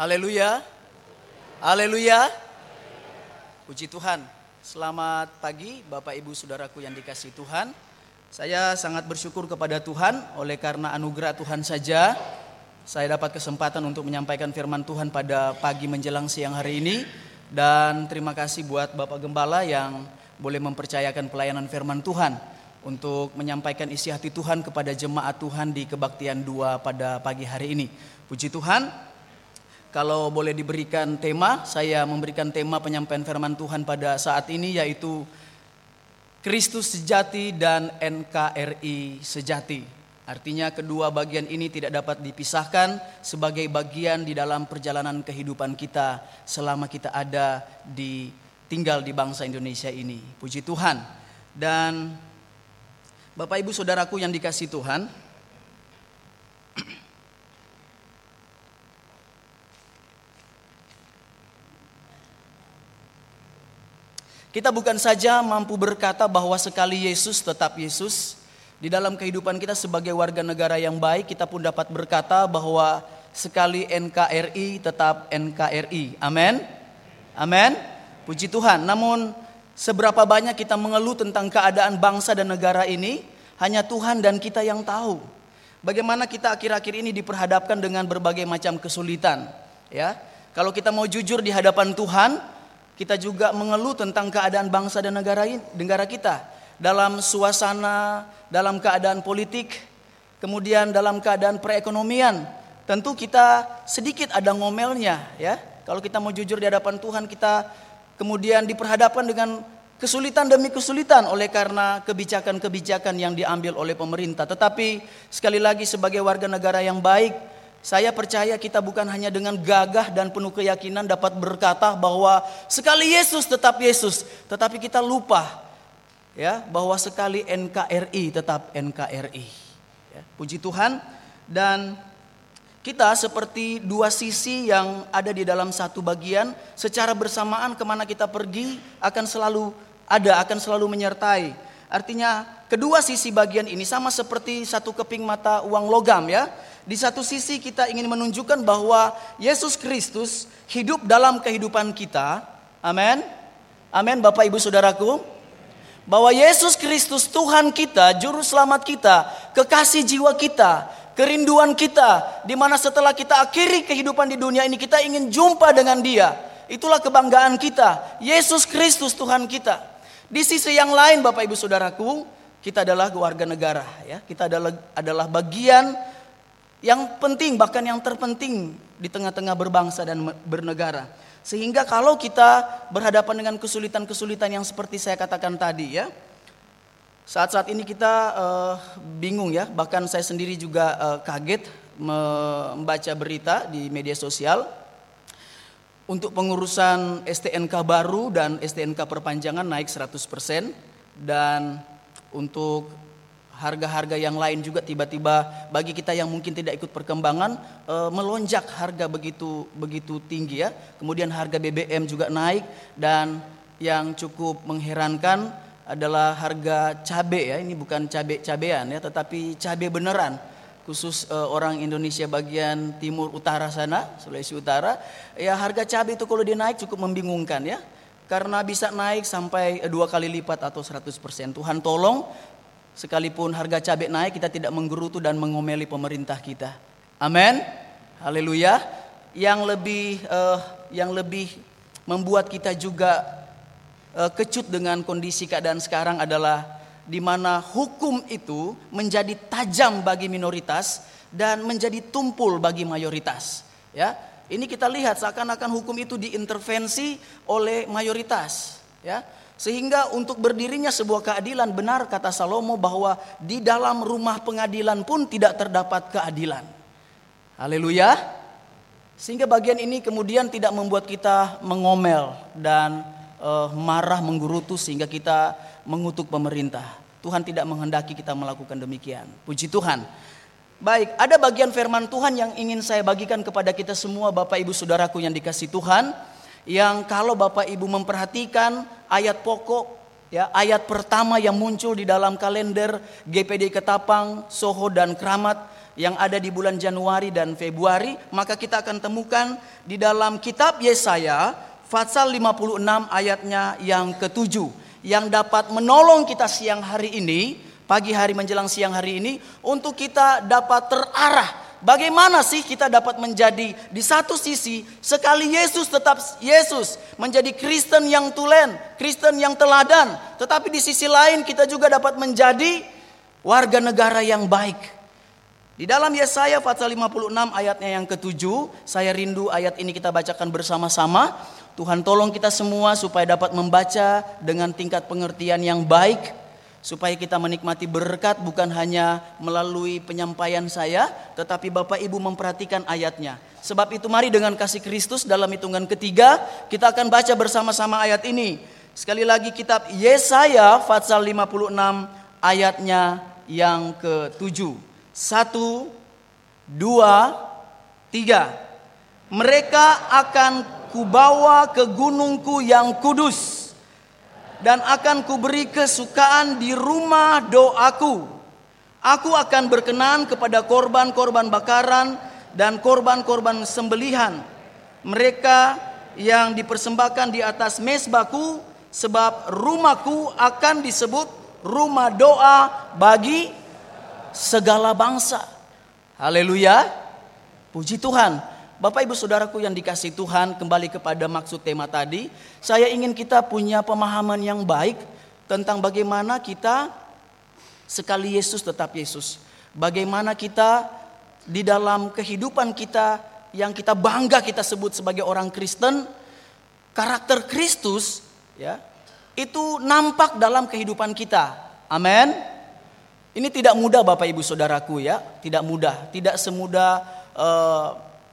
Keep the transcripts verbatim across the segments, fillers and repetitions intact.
Haleluya. Haleluya. Puji Tuhan. Selamat pagi Bapak Ibu Saudaraku yang dikasihi Tuhan. Saya sangat bersyukur kepada Tuhan oleh karena anugerah Tuhan saja saya dapat kesempatan untuk menyampaikan firman Tuhan pada pagi menjelang siang hari ini. Dan terima kasih buat Bapak Gembala yang boleh mempercayakan pelayanan firman Tuhan untuk menyampaikan isi hati Tuhan kepada jemaat Tuhan di Kebaktian dua pada pagi hari ini. Puji Tuhan. Kalau boleh diberikan tema, saya memberikan tema penyampaian firman Tuhan pada saat ini yaitu Kristus sejati dan N K R I sejati. Artinya kedua bagian ini tidak dapat dipisahkan sebagai bagian di dalam perjalanan kehidupan kita selama kita ada di tinggal di bangsa Indonesia ini. Puji Tuhan. Dan Bapak Ibu Saudaraku yang dikasihi Tuhan, kita bukan saja mampu berkata bahwa sekali Yesus tetap Yesus. Di dalam kehidupan kita sebagai warga negara yang baik, kita pun dapat berkata bahwa sekali N K R I tetap N K R I. Amin. Amin. Puji Tuhan. Namun seberapa banyak kita mengeluh tentang keadaan bangsa dan negara ini, hanya Tuhan dan kita yang tahu. Bagaimana kita akhir-akhir ini diperhadapkan dengan berbagai macam kesulitan. Ya, kalau kita mau jujur di hadapan Tuhan, kita juga mengeluh tentang keadaan bangsa dan negara ini, negara kita. Dalam suasana, dalam keadaan politik, kemudian dalam keadaan perekonomian. Tentu kita sedikit ada ngomelnya, ya. Kalau kita mau jujur di hadapan Tuhan, kita kemudian diperhadapkan dengan kesulitan demi kesulitan oleh karena kebijakan-kebijakan yang diambil oleh pemerintah. Tetapi sekali lagi sebagai warga negara yang baik, saya percaya kita bukan hanya dengan gagah dan penuh keyakinan dapat berkata bahwa sekali Yesus tetap Yesus, tetapi kita lupa ya bahwa sekali N K R I tetap N K R I. Ya, puji Tuhan. Dan kita seperti dua sisi yang ada di dalam satu bagian, secara bersamaan kemana kita pergi akan selalu ada, akan selalu menyertai. Artinya kedua sisi bagian ini sama seperti satu keping mata uang logam ya. Di satu sisi kita ingin menunjukkan bahwa Yesus Kristus hidup dalam kehidupan kita. Amin. Amin Bapak Ibu Saudaraku. Bahwa Yesus Kristus Tuhan kita, Juru Selamat kita, kekasih jiwa kita, kerinduan kita. Di mana setelah kita akhiri kehidupan di dunia ini kita ingin jumpa dengan Dia. Itulah kebanggaan kita. Yesus Kristus Tuhan kita. Di sisi yang lain Bapak Ibu Saudaraku, kita adalah warga negara. Ya. Kita adalah, adalah bagian yang penting, bahkan yang terpenting di tengah-tengah berbangsa dan bernegara. Sehingga kalau kita berhadapan dengan kesulitan-kesulitan yang seperti saya katakan tadi ya, saat-saat ini kita uh, bingung ya. Bahkan saya sendiri juga uh, kaget membaca berita di media sosial untuk pengurusan S T N K baru dan S T N K perpanjangan naik seratus persen. Dan untuk harga-harga yang lain juga tiba-tiba bagi kita yang mungkin tidak ikut perkembangan e, melonjak harga begitu begitu tinggi ya. Kemudian harga B B M juga naik dan yang cukup mengherankan adalah harga cabai ya. Ini bukan cabai-cabean ya, tetapi cabai beneran. Khusus e, orang Indonesia bagian timur utara sana, Sulawesi Utara, ya harga cabai itu kalau dia naik cukup membingungkan ya. Karena bisa naik sampai dua kali lipat atau seratus persen. Tuhan tolong, sekalipun harga cabai naik, kita tidak menggerutu dan mengomeli pemerintah kita. Amin. Haleluya. Yang lebih uh, yang lebih membuat kita juga uh, kecut dengan kondisi keadaan sekarang adalah di mana hukum itu menjadi tajam bagi minoritas dan menjadi tumpul bagi mayoritas. Ya, ini kita lihat seakan-akan hukum itu diintervensi oleh mayoritas. Ya. Sehingga untuk berdirinya sebuah keadilan, benar kata Salomo bahwa di dalam rumah pengadilan pun tidak terdapat keadilan. Haleluya. Sehingga bagian ini kemudian tidak membuat kita mengomel dan uh, marah menggerutu sehingga kita mengutuk pemerintah. Tuhan tidak menghendaki kita melakukan demikian. Puji Tuhan. Baik, ada bagian firman Tuhan yang ingin saya bagikan kepada kita semua Bapak Ibu Saudaraku yang dikasihi Tuhan. Yang kalau Bapak Ibu memperhatikan ayat pokok ya, ayat pertama yang muncul di dalam kalender G P D Ketapang, Soho dan Kramat yang ada di bulan Januari dan Februari, maka kita akan temukan di dalam kitab Yesaya pasal lima puluh enam ayatnya yang ketujuh, yang dapat menolong kita siang hari ini, pagi hari menjelang siang hari ini, untuk kita dapat terarah. Bagaimana sih kita dapat menjadi di satu sisi, sekali Yesus tetap Yesus, menjadi Kristen yang tulen, Kristen yang teladan, tetapi di sisi lain kita juga dapat menjadi warga negara yang baik. Di dalam Yesaya pasal lima puluh enam ayatnya yang ketujuh, saya rindu ayat ini kita bacakan bersama-sama. Tuhan tolong kita semua supaya dapat membaca dengan tingkat pengertian yang baik, supaya kita menikmati berkat bukan hanya melalui penyampaian saya, tetapi Bapak Ibu memperhatikan ayatnya. Sebab itu mari dengan kasih Kristus dalam hitungan ketiga, kita akan baca bersama-sama ayat ini. Sekali lagi kitab Yesaya pasal lima puluh enam ayatnya yang ketujuh. Satu, dua, tiga. Mereka akan kubawa ke gunungku yang kudus, dan akan kuberi kesukaan di rumah doaku. Aku akan berkenan kepada korban-korban bakaran dan korban-korban sembelihan, mereka yang dipersembahkan di atas mezbahku, sebab rumahku akan disebut rumah doa bagi segala bangsa. Haleluya, puji Tuhan. Bapak Ibu Saudaraku yang dikasihi Tuhan, kembali kepada maksud tema tadi, saya ingin kita punya pemahaman yang baik tentang bagaimana kita sekali Yesus tetap Yesus. Bagaimana kita di dalam kehidupan kita yang kita bangga kita sebut sebagai orang Kristen, karakter Kristus ya, itu nampak dalam kehidupan kita. Amin. Ini tidak mudah Bapak Ibu Saudaraku ya, tidak mudah, tidak semudah uh,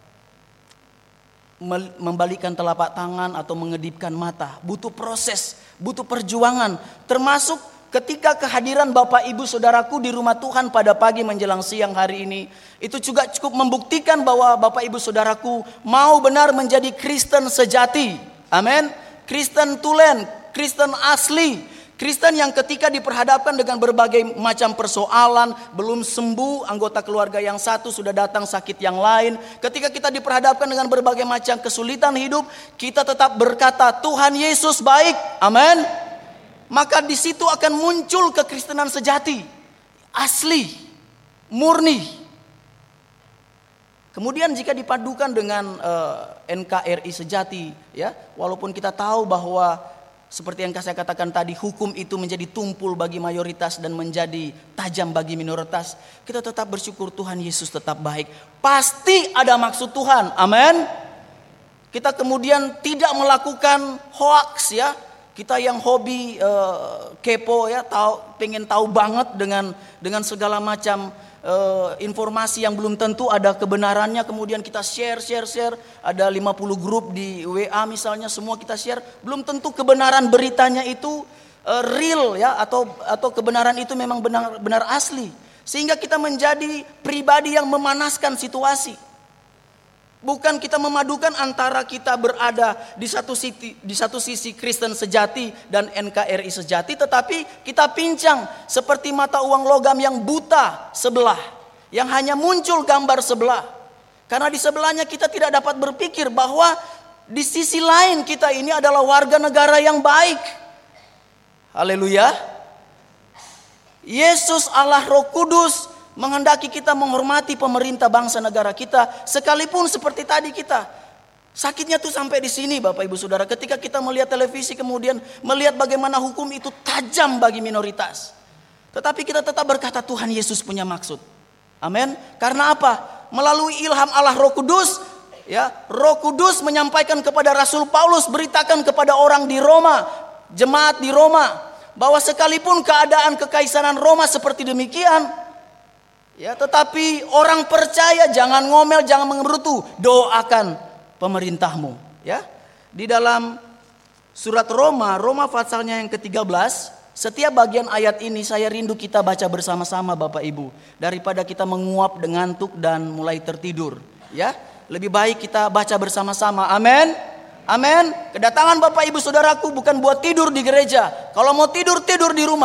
membalikkan telapak tangan atau mengedipkan mata. Butuh proses, butuh perjuangan. Termasuk ketika kehadiran Bapak Ibu Saudaraku di rumah Tuhan pada pagi menjelang siang hari ini, itu juga cukup membuktikan bahwa Bapak Ibu Saudaraku mau benar menjadi Kristen sejati. Amin. Kristen tulen, Kristen asli, Kristen yang ketika diperhadapkan dengan berbagai macam persoalan, belum sembuh, anggota keluarga yang satu sudah datang sakit yang lain. Ketika kita diperhadapkan dengan berbagai macam kesulitan hidup, kita tetap berkata, Tuhan Yesus baik. Amin. Maka di situ akan muncul kekristenan sejati, asli, murni. Kemudian jika dipadukan dengan uh, N K R I sejati, ya, walaupun kita tahu bahwa seperti yang saya katakan tadi, hukum itu menjadi tumpul bagi mayoritas dan menjadi tajam bagi minoritas. Kita tetap bersyukur Tuhan Yesus tetap baik. Pasti ada maksud Tuhan. Amin. Kita kemudian tidak melakukan hoax ya. Kita yang hobi uh, kepo ya, tahu, pengen tahu banget dengan dengan segala macam Uh, informasi yang belum tentu ada kebenarannya, kemudian kita share, share, share. Ada lima puluh grup di W A misalnya, semua kita share. Belum tentu kebenaran beritanya itu uh, real ya, atau atau kebenaran itu memang benar benar asli. Sehingga kita menjadi pribadi yang memanaskan situasi. Bukan kita memadukan antara kita berada di satu sisi, di satu sisi Kristen sejati dan N K R I sejati, tetapi kita pincang seperti mata uang logam yang buta sebelah, yang hanya muncul gambar sebelah. Karena di sebelahnya kita tidak dapat berpikir bahwa di sisi lain kita ini adalah warga negara yang baik. Haleluya. Yesus Allah Roh Kudus menghendaki kita menghormati pemerintah bangsa negara kita, sekalipun seperti tadi kita. Sakitnya tuh sampai di sini Bapak Ibu Saudara, ketika kita melihat televisi kemudian melihat bagaimana hukum itu tajam bagi minoritas. Tetapi kita tetap berkata Tuhan Yesus punya maksud. Amin. Karena apa? Melalui ilham Allah Roh Kudus, ya, Roh Kudus menyampaikan kepada Rasul Paulus, beritakan kepada orang di Roma, jemaat di Roma, bahwa sekalipun keadaan kekaisaran Roma seperti demikian, ya, tetapi orang percaya jangan ngomel, jangan mengerutu, doakan pemerintahmu. Ya, di dalam surat Roma, Roma pasalnya yang ketiga belas, setiap bagian ayat ini saya rindu kita baca bersama-sama Bapak Ibu, daripada kita menguap dengan ngantuk dan mulai tertidur. Ya, lebih baik kita baca bersama-sama. Amin. Amin. Kedatangan Bapak Ibu Saudaraku bukan buat tidur di gereja. Kalau mau tidur, tidur di rumah.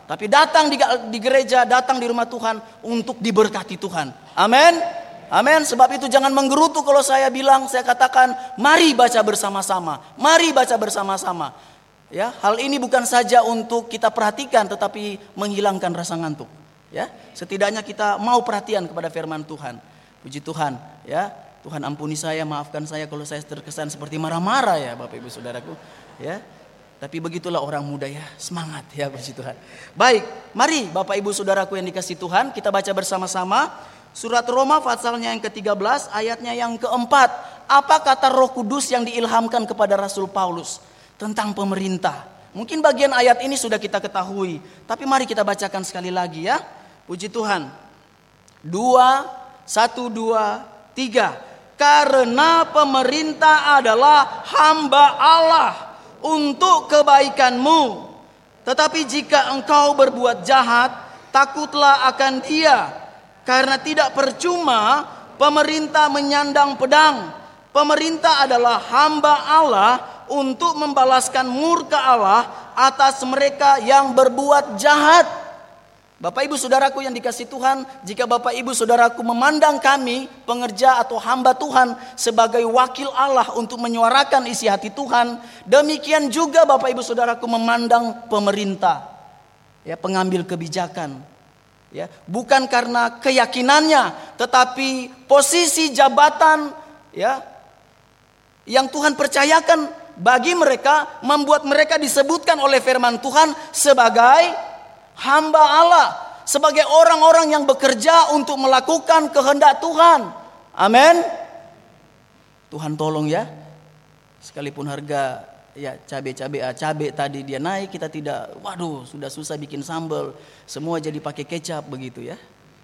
tapi datang di, di gereja, datang di rumah Tuhan untuk diberkati Tuhan. Amin. Amin. Sebab itu jangan menggerutu kalau saya bilang, saya katakan, mari baca bersama-sama. Mari baca bersama-sama. Ya, hal ini bukan saja untuk kita perhatikan, tetapi menghilangkan rasa ngantuk. Ya, setidaknya kita mau perhatian kepada firman Tuhan. Puji Tuhan. Ya, Tuhan ampuni saya, maafkan saya kalau saya terkesan seperti marah-marah ya, Bapak Ibu Saudaraku. Ya. Tapi begitulah orang muda ya, semangat ya, puji Tuhan. Baik, mari Bapak Ibu Saudaraku yang dikasihi Tuhan, kita baca bersama-sama surat Roma pasalnya yang ketiga belas ayatnya yang keempat. Apa kata Roh Kudus yang diilhamkan kepada Rasul Paulus tentang pemerintah? Mungkin bagian ayat ini sudah kita ketahui, tapi mari kita bacakan sekali lagi ya. Puji Tuhan. Dua, satu, dua, tiga. Karena pemerintah adalah hamba Allah untuk kebaikanmu. Tetapi jika engkau berbuat jahat, takutlah akan dia. Karena tidak percuma pemerintah menyandang pedang. Pemerintah adalah hamba Allah untuk membalaskan murka Allah atas mereka yang berbuat jahat. Bapak Ibu Saudaraku yang dikasihi Tuhan, jika Bapak Ibu Saudaraku memandang kami pengerja atau hamba Tuhan sebagai wakil Allah untuk menyuarakan isi hati Tuhan, demikian juga Bapak Ibu Saudaraku memandang pemerintah, ya, pengambil kebijakan, ya, bukan karena keyakinannya, tetapi posisi jabatan, ya, yang Tuhan percayakan bagi mereka membuat mereka disebutkan oleh firman Tuhan sebagai hamba Allah, sebagai orang-orang yang bekerja untuk melakukan kehendak Tuhan. Amin. Tuhan tolong ya. Sekalipun harga ya cabai-cabai ah, cabai tadi dia naik, kita tidak, waduh sudah susah bikin sambal, semua jadi pakai kecap begitu ya.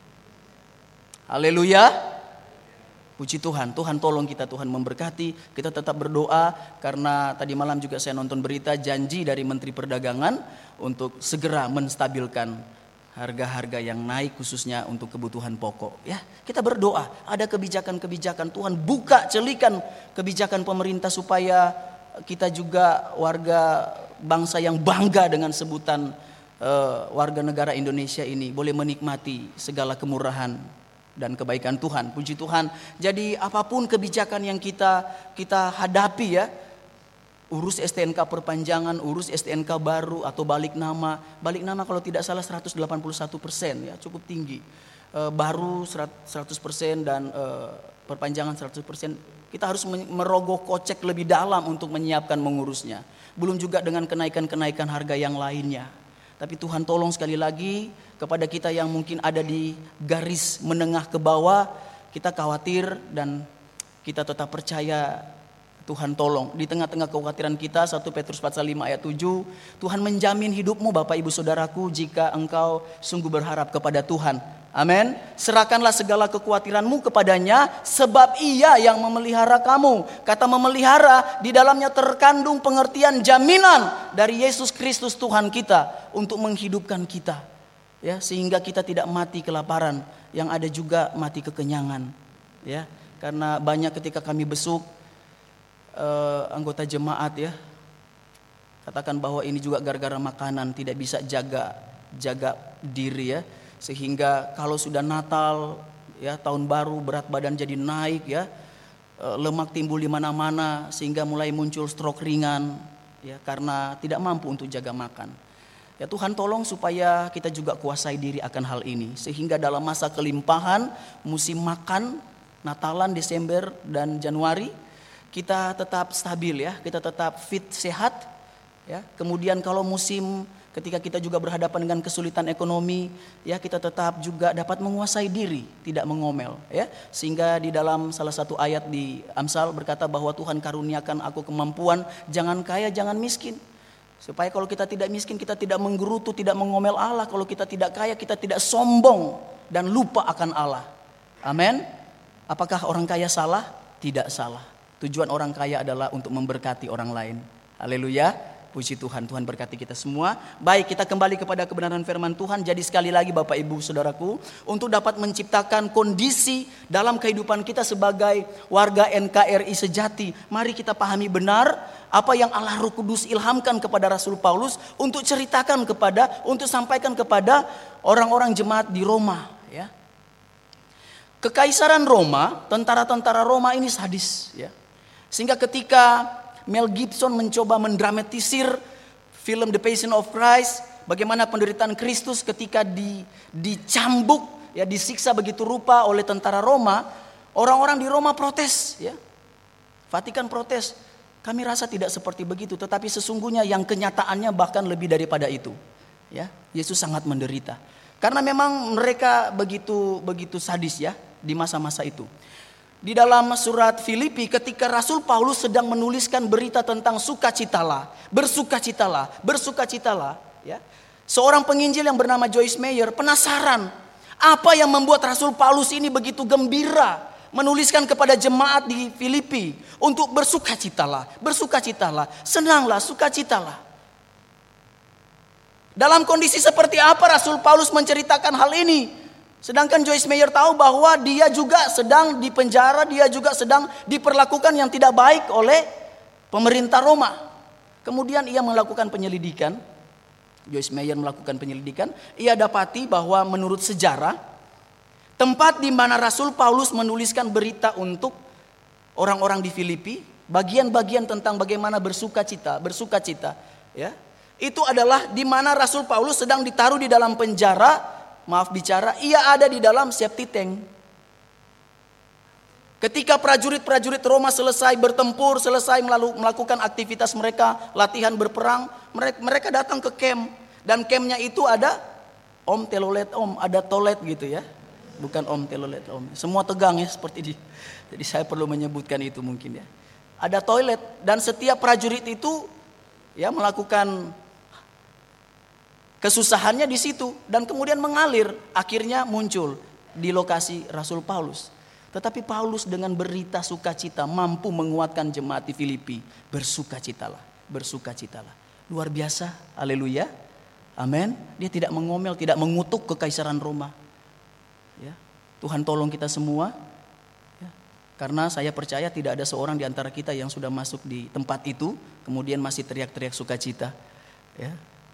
Haleluya. Puji Tuhan, Tuhan tolong kita, Tuhan memberkati. Kita tetap berdoa karena tadi malam juga saya nonton berita janji dari Menteri Perdagangan untuk segera menstabilkan harga-harga yang naik khususnya untuk kebutuhan pokok. Ya, kita berdoa ada kebijakan-kebijakan Tuhan buka celikan kebijakan pemerintah supaya kita juga warga bangsa yang bangga dengan sebutan uh, warga negara Indonesia ini boleh menikmati segala kemurahan dan kebaikan Tuhan. Puji Tuhan. Jadi apapun kebijakan yang kita kita hadapi ya, urus S T N K perpanjangan, urus S T N K baru atau balik nama. Balik nama kalau tidak salah seratus delapan puluh satu persen ya, cukup tinggi. E, baru seratus persen dan e, perpanjangan seratus persen. Kita harus merogoh kocek lebih dalam untuk menyiapkan mengurusnya. Belum juga dengan kenaikan-kenaikan harga yang lainnya. Tapi Tuhan tolong sekali lagi kepada kita yang mungkin ada di garis menengah ke bawah, kita khawatir dan kita tetap percaya Tuhan tolong. Di tengah-tengah kekhawatiran kita, satu Petrus pasal lima ayat tujuh, Tuhan menjamin hidupmu Bapak Ibu Saudaraku jika engkau sungguh berharap kepada Tuhan. Amin. Serahkanlah segala kekhawatiranmu kepadanya sebab ia yang memelihara kamu. Kata memelihara di dalamnya terkandung pengertian jaminan dari Yesus Kristus Tuhan kita untuk menghidupkan kita. Ya, sehingga kita tidak mati kelaparan, yang ada juga mati kekenyangan. Ya, karena banyak ketika kami besuk uh, anggota jemaat ya, katakan bahwa ini juga gara-gara makanan, tidak bisa jaga jaga diri ya. Sehingga kalau sudah Natal ya, tahun baru, berat badan jadi naik ya, lemak timbul di mana-mana sehingga mulai muncul stroke ringan ya, karena tidak mampu untuk jaga makan. Ya, Tuhan tolong supaya kita juga kuasai diri akan hal ini sehingga dalam masa kelimpahan musim makan Natalan Desember dan Januari kita tetap stabil ya, kita tetap fit sehat ya. Kemudian kalau musim ketika kita juga berhadapan dengan kesulitan ekonomi, ya kita tetap juga dapat menguasai diri, tidak mengomel, ya. Sehingga di dalam salah satu ayat di Amsal berkata bahwa Tuhan karuniakan aku kemampuan, jangan kaya, jangan miskin. Supaya kalau kita tidak miskin, kita tidak menggerutu, tidak mengomel Allah. Kalau kita tidak kaya, kita tidak sombong dan lupa akan Allah. Amin. Apakah orang kaya salah? Tidak salah. Tujuan orang kaya adalah untuk memberkati orang lain. Haleluya. Puji Tuhan, Tuhan berkati kita semua. Baik, kita kembali kepada kebenaran firman Tuhan. Jadi sekali lagi Bapak Ibu Saudaraku, untuk dapat menciptakan kondisi dalam kehidupan kita sebagai warga N K R I sejati, mari kita pahami benar apa yang Allah Roh Kudus ilhamkan kepada Rasul Paulus untuk ceritakan kepada, untuk sampaikan kepada orang-orang jemaat di Roma. Ya. Kekaisaran Roma, tentara-tentara Roma ini sadis. Ya. Sehingga ketika Mel Gibson mencoba mendramatisir film The Passion of Christ, bagaimana penderitaan Kristus ketika di, dicambuk, ya, disiksa begitu rupa oleh tentara Roma. Orang-orang di Roma protes, ya. Vatikan protes. Kami rasa tidak seperti begitu, tetapi sesungguhnya yang kenyataannya bahkan lebih daripada itu. Ya, Yesus sangat menderita. Karena memang mereka begitu begitu sadis, ya, di masa-masa itu. Di dalam surat Filipi ketika Rasul Paulus sedang menuliskan berita tentang sukacitalah, bersukacitalah, bersukacitalah, ya. Seorang penginjil yang bernama Joyce Meyer penasaran apa yang membuat Rasul Paulus ini begitu gembira menuliskan kepada jemaat di Filipi untuk bersukacitalah, bersukacitalah, senanglah, sukacitalah. Dalam kondisi seperti apa Rasul Paulus menceritakan hal ini? Sedangkan Joyce Meyer tahu bahwa dia juga sedang dipenjara, dia juga sedang diperlakukan yang tidak baik oleh pemerintah Roma. Kemudian ia melakukan penyelidikan, Joyce Meyer melakukan penyelidikan, ia dapati bahwa menurut sejarah, tempat di mana Rasul Paulus menuliskan berita untuk orang-orang di Filipi, bagian-bagian tentang bagaimana bersukacita, bersukacita, ya, itu adalah di mana Rasul Paulus sedang ditaruh di dalam penjara. Maaf bicara, ia ada di dalam safety tank. Ketika prajurit-prajurit Roma selesai bertempur, selesai melakukan aktivitas mereka, latihan berperang, mereka datang ke camp. Dan campnya itu ada om telolet om, ada toilet gitu ya. Bukan om telolet om. Semua tegang ya seperti ini. Jadi saya perlu menyebutkan itu mungkin ya. Ada toilet dan setiap prajurit itu ya melakukan kesusahannya di situ dan kemudian mengalir, akhirnya muncul di lokasi Rasul Paulus. Tetapi Paulus dengan berita sukacita mampu menguatkan jemaat di Filipi. Bersukacitalah, bersukacitalah. Luar biasa, haleluya, amin. Dia tidak mengomel, tidak mengutuk kekaisaran Roma. Ya, Tuhan tolong kita semua. Ya, karena saya percaya tidak ada seorang di antara kita yang sudah masuk di tempat itu kemudian masih teriak-teriak sukacita. Ya.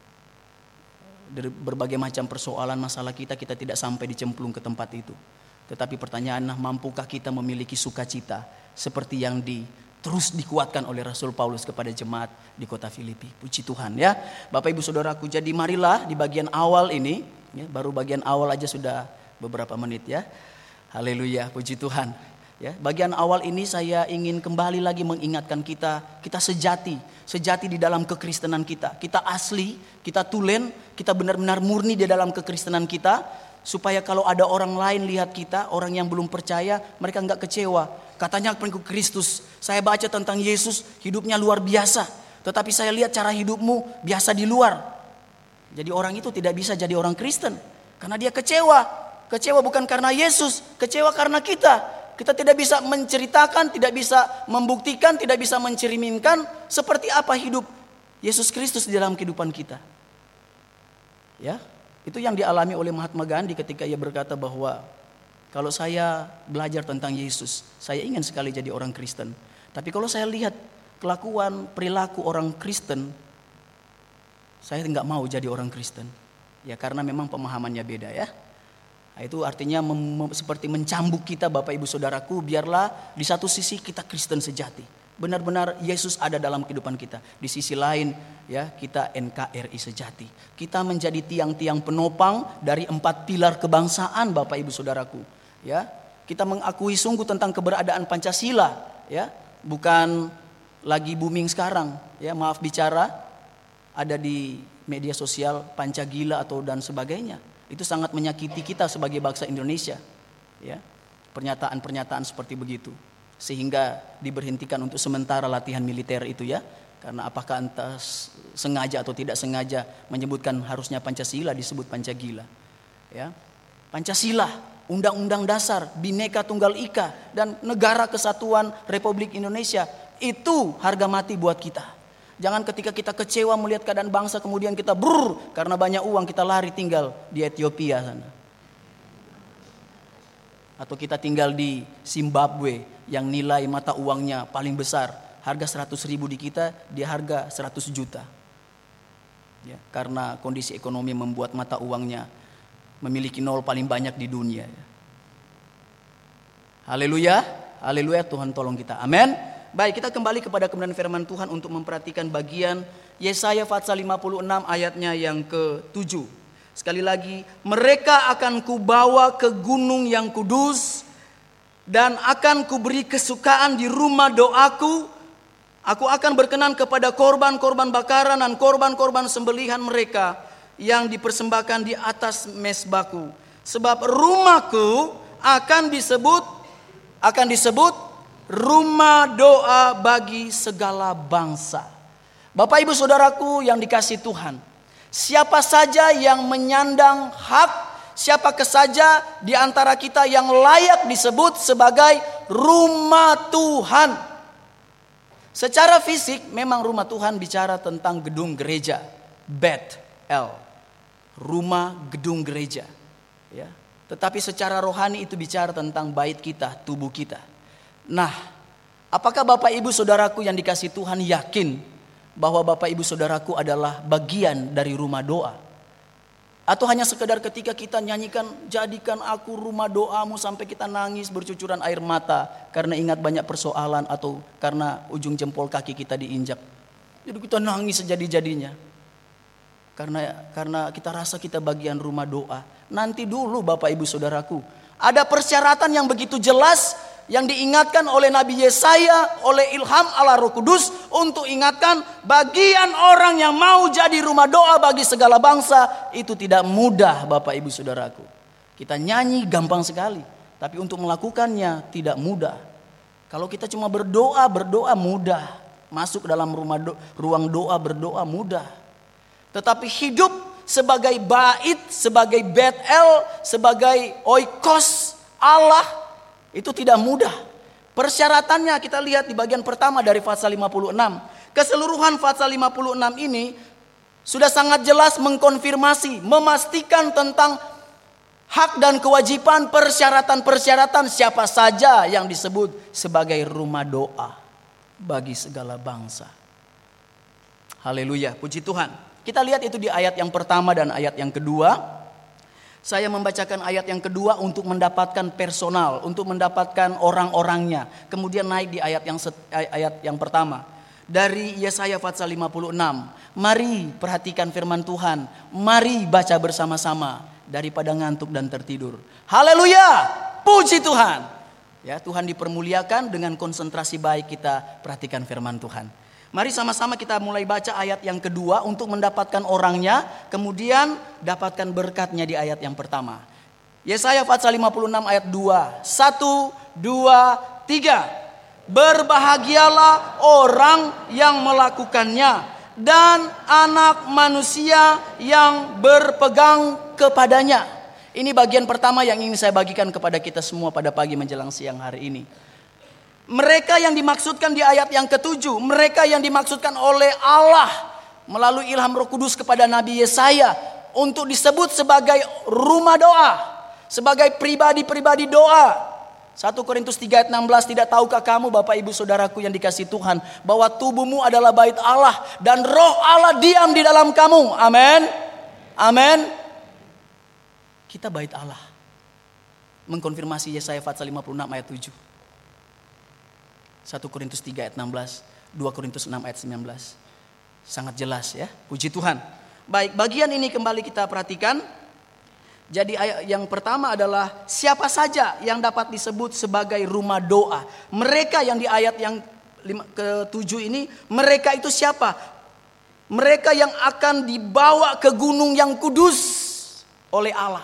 Dari berbagai macam persoalan masalah kita, kita tidak sampai dicemplung ke tempat itu. Tetapi pertanyaannya, mampukah kita memiliki sukacita seperti yang di, terus dikuatkan oleh Rasul Paulus kepada jemaat di kota Filipi. Puji Tuhan ya. Bapak Ibu Saudaraku, jadi marilah di bagian awal ini, ya, baru bagian awal aja sudah beberapa menit ya. Haleluya, puji Tuhan. Ya, bagian awal ini saya ingin kembali lagi mengingatkan kita, kita sejati, sejati di dalam kekristenan kita. Kita asli, kita tulen, kita benar-benar murni di dalam kekristenan kita. Supaya kalau ada orang lain lihat kita, orang yang belum percaya, mereka enggak kecewa. Katanya pengikut Kristus, saya baca tentang Yesus, hidupnya luar biasa. Tetapi saya lihat cara hidupmu biasa di luar. Jadi orang itu tidak bisa jadi orang Kristen. Karena dia kecewa. Kecewa bukan karena Yesus, kecewa karena kita. Kita tidak bisa menceritakan, tidak bisa membuktikan, tidak bisa mencerminkan seperti apa hidup Yesus Kristus di dalam kehidupan kita. Ya, itu yang dialami oleh Mahatma Gandhi ketika ia berkata bahwa kalau saya belajar tentang Yesus, saya ingin sekali jadi orang Kristen. Tapi kalau saya lihat kelakuan, perilaku orang Kristen, saya nggak mau jadi orang Kristen. Ya karena memang pemahamannya beda ya. Nah, itu artinya mem- mem- seperti mencambuk kita Bapak Ibu Saudaraku, biarlah di satu sisi kita Kristen sejati. Benar-benar Yesus ada dalam kehidupan kita. Di sisi lain ya kita N K R I sejati. Kita menjadi tiang-tiang penopang dari empat pilar kebangsaan Bapak Ibu Saudaraku. Ya, kita mengakui sungguh tentang keberadaan Pancasila. Ya, bukan lagi booming sekarang. Ya, maaf bicara ada di media sosial Pancagila atau dan sebagainya. Itu sangat menyakiti kita sebagai bangsa Indonesia. Ya, pernyataan-pernyataan seperti begitu. Sehingga diberhentikan untuk sementara latihan militer itu ya. Karena apakah entah sengaja atau tidak sengaja menyebutkan harusnya Pancasila disebut Pancagila. Ya. Pancasila, Undang-Undang Dasar, Bhinneka Tunggal Ika dan Negara Kesatuan Republik Indonesia itu harga mati buat kita. Jangan ketika kita kecewa melihat keadaan bangsa kemudian kita brrr, karena banyak uang kita lari tinggal di Ethiopia sana. Atau kita tinggal di Zimbabwe yang nilai mata uangnya paling besar. Harga seratus ribu di kita, dia harga seratus juta. Ya, karena kondisi ekonomi membuat mata uangnya memiliki nol paling banyak di dunia. Haleluya, haleluya, Tuhan tolong kita, amin. Baik, kita kembali kepada kebenaran firman Tuhan untuk memperhatikan bagian Yesaya pasal lima puluh enam ayatnya yang ketujuh. Sekali lagi, mereka akan kubawa ke gunung yang kudus dan akan kuberi kesukaan di rumah doaku. Aku akan berkenan kepada korban-korban bakaran dan korban-korban sembelihan mereka yang dipersembahkan di atas mezbahku. Sebab rumahku akan disebut akan disebut rumah doa bagi segala bangsa. Bapak ibu saudaraku yang dikasihi Tuhan, siapa saja yang menyandang hak, siapa saja di antara kita yang layak disebut sebagai rumah Tuhan. Secara fisik memang rumah Tuhan bicara tentang gedung gereja, Bet-El, rumah gedung gereja, ya. Tetapi secara rohani itu bicara tentang bait kita, tubuh kita. Nah, apakah Bapak Ibu Saudaraku yang dikasihi Tuhan yakin bahwa Bapak Ibu Saudaraku adalah bagian dari rumah doa? Atau hanya sekedar ketika kita nyanyikan jadikan aku rumah doamu sampai kita nangis bercucuran air mata karena ingat banyak persoalan atau karena ujung jempol kaki kita diinjak. Jadi kita nangis sejadi-jadinya. Karena karena kita rasa kita bagian rumah doa. Nanti dulu Bapak Ibu Saudaraku, ada persyaratan yang begitu jelas yang diingatkan oleh Nabi Yesaya, oleh ilham Allah Roh Kudus untuk ingatkan bagian orang yang mau jadi rumah doa bagi segala bangsa itu tidak mudah Bapak Ibu Saudaraku. Kita nyanyi gampang sekali, tapi untuk melakukannya tidak mudah. Kalau kita cuma berdoa, berdoa mudah. Masuk dalam rumah do, ruang doa berdoa mudah. Tetapi hidup sebagai bait, sebagai Bet-El, sebagai oikos Allah itu tidak mudah. Persyaratannya kita lihat di bagian pertama dari pasal lima puluh enam. Keseluruhan pasal lima puluh enam ini sudah sangat jelas mengkonfirmasi, memastikan tentang hak dan kewajiban, persyaratan-persyaratan siapa saja yang disebut sebagai rumah doa bagi segala bangsa. Haleluya, puji Tuhan. Kita lihat itu di ayat yang pertama dan ayat yang kedua. Saya membacakan ayat yang kedua untuk mendapatkan personal, untuk mendapatkan orang-orangnya. Kemudian naik di ayat yang set, ayat yang pertama. Dari Yesaya pasal lima puluh enam. Mari perhatikan firman Tuhan. Mari baca bersama-sama daripada ngantuk dan tertidur. Haleluya! Puji Tuhan. Ya, Tuhan dipermuliakan dengan konsentrasi baik kita perhatikan firman Tuhan. Mari sama-sama kita mulai baca ayat yang kedua untuk mendapatkan orangnya, kemudian dapatkan berkatnya di ayat yang pertama. Yesaya pasal lima puluh enam ayat dua. Satu, dua, tiga. Berbahagialah orang yang melakukannya dan anak manusia yang berpegang kepadanya. Ini bagian pertama yang ingin saya bagikan kepada kita semua pada pagi menjelang siang hari ini. Mereka yang dimaksudkan di ayat yang ketujuh, mereka yang dimaksudkan oleh Allah melalui ilham Roh Kudus kepada Nabi Yesaya untuk disebut sebagai rumah doa, sebagai pribadi-pribadi doa. satu Korintus tiga ayat enam belas, tidak tahukah kamu Bapak Ibu Saudaraku yang dikasihi Tuhan bahwa tubuhmu adalah bait Allah dan roh Allah diam di dalam kamu. Amin. Amin. Kita bait Allah. Mengkonfirmasi Yesaya pasal lima puluh enam ayat tujuh. satu Korintus tiga ayat enam belas, dua Korintus enam ayat sembilan belas. Sangat jelas ya, puji Tuhan. Baik, bagian ini kembali kita perhatikan. Jadi ayat yang pertama adalah siapa saja yang dapat disebut sebagai rumah doa. Mereka yang di ayat yang ketujuh ini, mereka itu siapa? Mereka yang akan dibawa ke gunung yang kudus oleh Allah.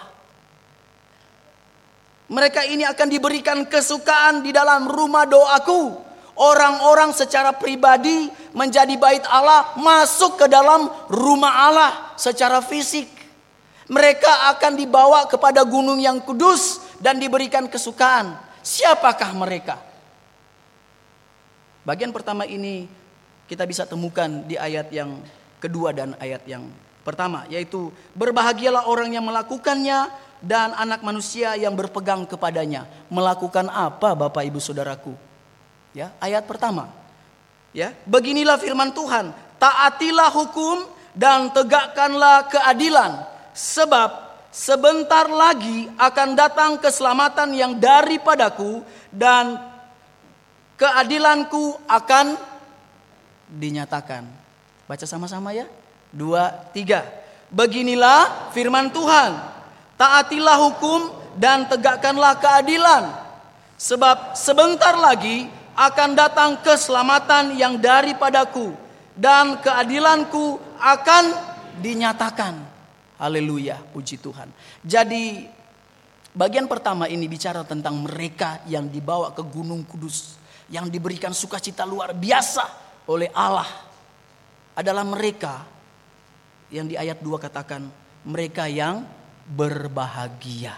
Mereka ini akan diberikan kesukaan di dalam rumah doaku. Orang-orang secara pribadi menjadi bait Allah, masuk ke dalam rumah Allah secara fisik. Mereka akan dibawa kepada gunung yang kudus dan diberikan kesukaan. Siapakah mereka? Bagian pertama ini kita bisa temukan di ayat yang kedua dan ayat yang pertama, yaitu berbahagialah orang yang melakukannya dan anak manusia yang berpegang kepadanya. Melakukan apa Bapak Ibu Saudaraku? Ya, ayat pertama. Ya, beginilah firman Tuhan, taatilah hukum dan tegakkanlah keadilan, sebab sebentar lagi akan datang keselamatan yang daripadaku dan keadilanku akan dinyatakan. Baca sama-sama ya. Dua, tiga. Beginilah firman Tuhan, taatilah hukum dan tegakkanlah keadilan, sebab sebentar lagi akan datang keselamatan yang daripadaku dan keadilanku akan dinyatakan. Haleluya, puji Tuhan. Jadi bagian pertama ini bicara tentang mereka yang dibawa ke Gunung Kudus, yang diberikan sukacita luar biasa oleh Allah. Adalah mereka yang di ayat dua katakan, mereka yang berbahagia.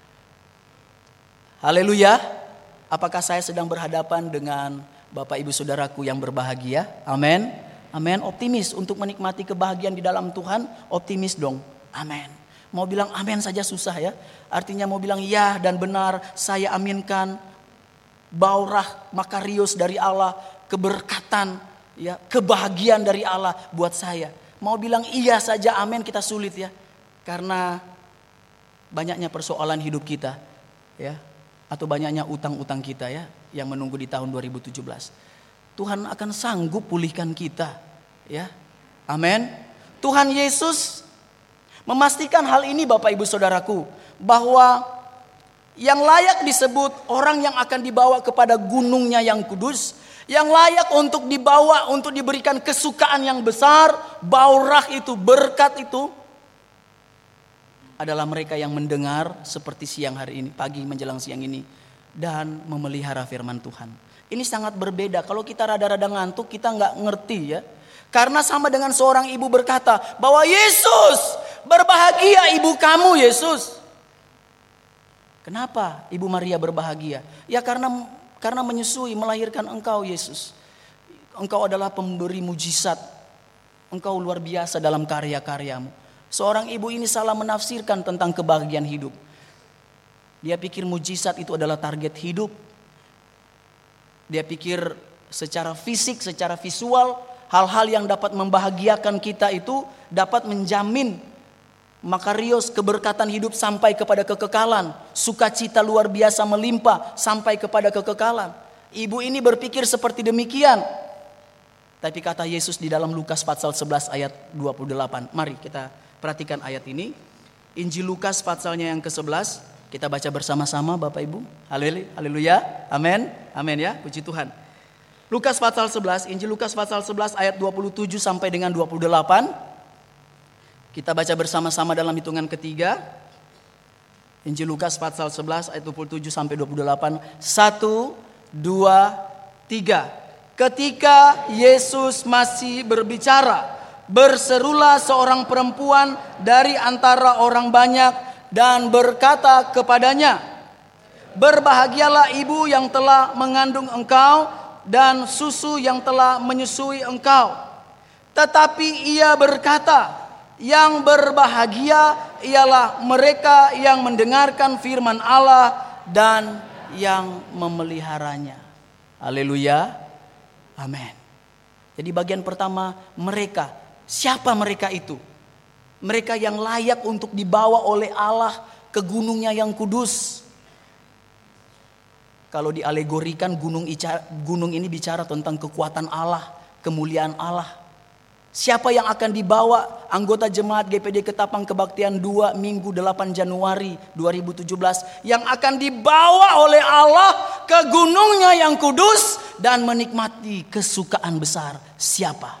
Haleluya. Apakah saya sedang berhadapan dengan Bapak Ibu Saudaraku yang berbahagia? Amin. Amin. Optimis untuk menikmati kebahagiaan di dalam Tuhan. Optimis dong. Amin. Mau bilang amin saja susah ya. Artinya mau bilang ya dan benar, saya aminkan. Baurah makarios dari Allah, keberkatan, ya, kebahagiaan dari Allah buat saya. Mau bilang iya saja amin kita sulit ya. Karena banyaknya persoalan hidup kita, ya. Atau banyaknya utang-utang kita ya, yang menunggu di tahun dua ribu tujuh belas. Tuhan akan sanggup pulihkan kita, ya. Amin. Tuhan Yesus memastikan hal ini Bapak Ibu Saudaraku, bahwa yang layak disebut orang yang akan dibawa kepada gunungnya yang kudus, yang layak untuk dibawa, untuk diberikan kesukaan yang besar, baurah itu, berkat itu, adalah mereka yang mendengar seperti siang hari ini, pagi menjelang siang ini, dan memelihara firman Tuhan. Ini sangat berbeda. Kalau kita rada-rada ngantuk, kita nggak ngerti ya. Karena sama dengan seorang ibu berkata bahwa Yesus, berbahagia ibu kamu Yesus. Kenapa Ibu Maria berbahagia? Ya karena karena menyusui, melahirkan engkau Yesus. Engkau adalah pemberi mujizat. Engkau luar biasa dalam karya-karyamu. Seorang ibu ini salah menafsirkan tentang kebahagiaan hidup. Dia pikir mujizat itu adalah target hidup. Dia pikir secara fisik, secara visual, hal-hal yang dapat membahagiakan kita itu dapat menjamin makarios, keberkatan hidup sampai kepada kekekalan. Sukacita luar biasa melimpah sampai kepada kekekalan. Ibu ini berpikir seperti demikian. Tapi kata Yesus di dalam Lukas pasal sebelas ayat dua puluh delapan. Mari kita perhatikan ayat ini. Injil Lukas pasalnya yang kesebelas. Kita baca bersama-sama Bapak Ibu. Haleluya. Amin. Amin ya. Puji Tuhan. Lukas pasal sebelas. Injil Lukas pasal sebelas ayat dua puluh tujuh sampai dengan dua puluh delapan. Kita baca bersama-sama dalam hitungan ketiga. Injil Lukas pasal sebelas ayat dua puluh tujuh sampai dua puluh delapan. Satu, dua, tiga. Ketika Yesus masih berbicara, berserulah seorang perempuan dari antara orang banyak dan berkata kepadanya, berbahagialah ibu yang telah mengandung engkau dan susu yang telah menyusui engkau. Tetapi ia berkata, yang berbahagia ialah mereka yang mendengarkan firman Allah dan yang memeliharanya. Haleluya. Amin. Jadi bagian pertama, mereka. Siapa mereka itu? Mereka yang layak untuk dibawa oleh Allah ke gunungnya yang kudus. Kalau dialegorikan, gunung, gunung ini bicara tentang kekuatan Allah, kemuliaan Allah. Siapa yang akan dibawa? Anggota jemaat G P D Ketapang Kebaktian dua Minggu delapan Januari dua ribu tujuh belas. Yang akan dibawa oleh Allah ke gunungnya yang kudus dan menikmati kesukaan besar. Siapa?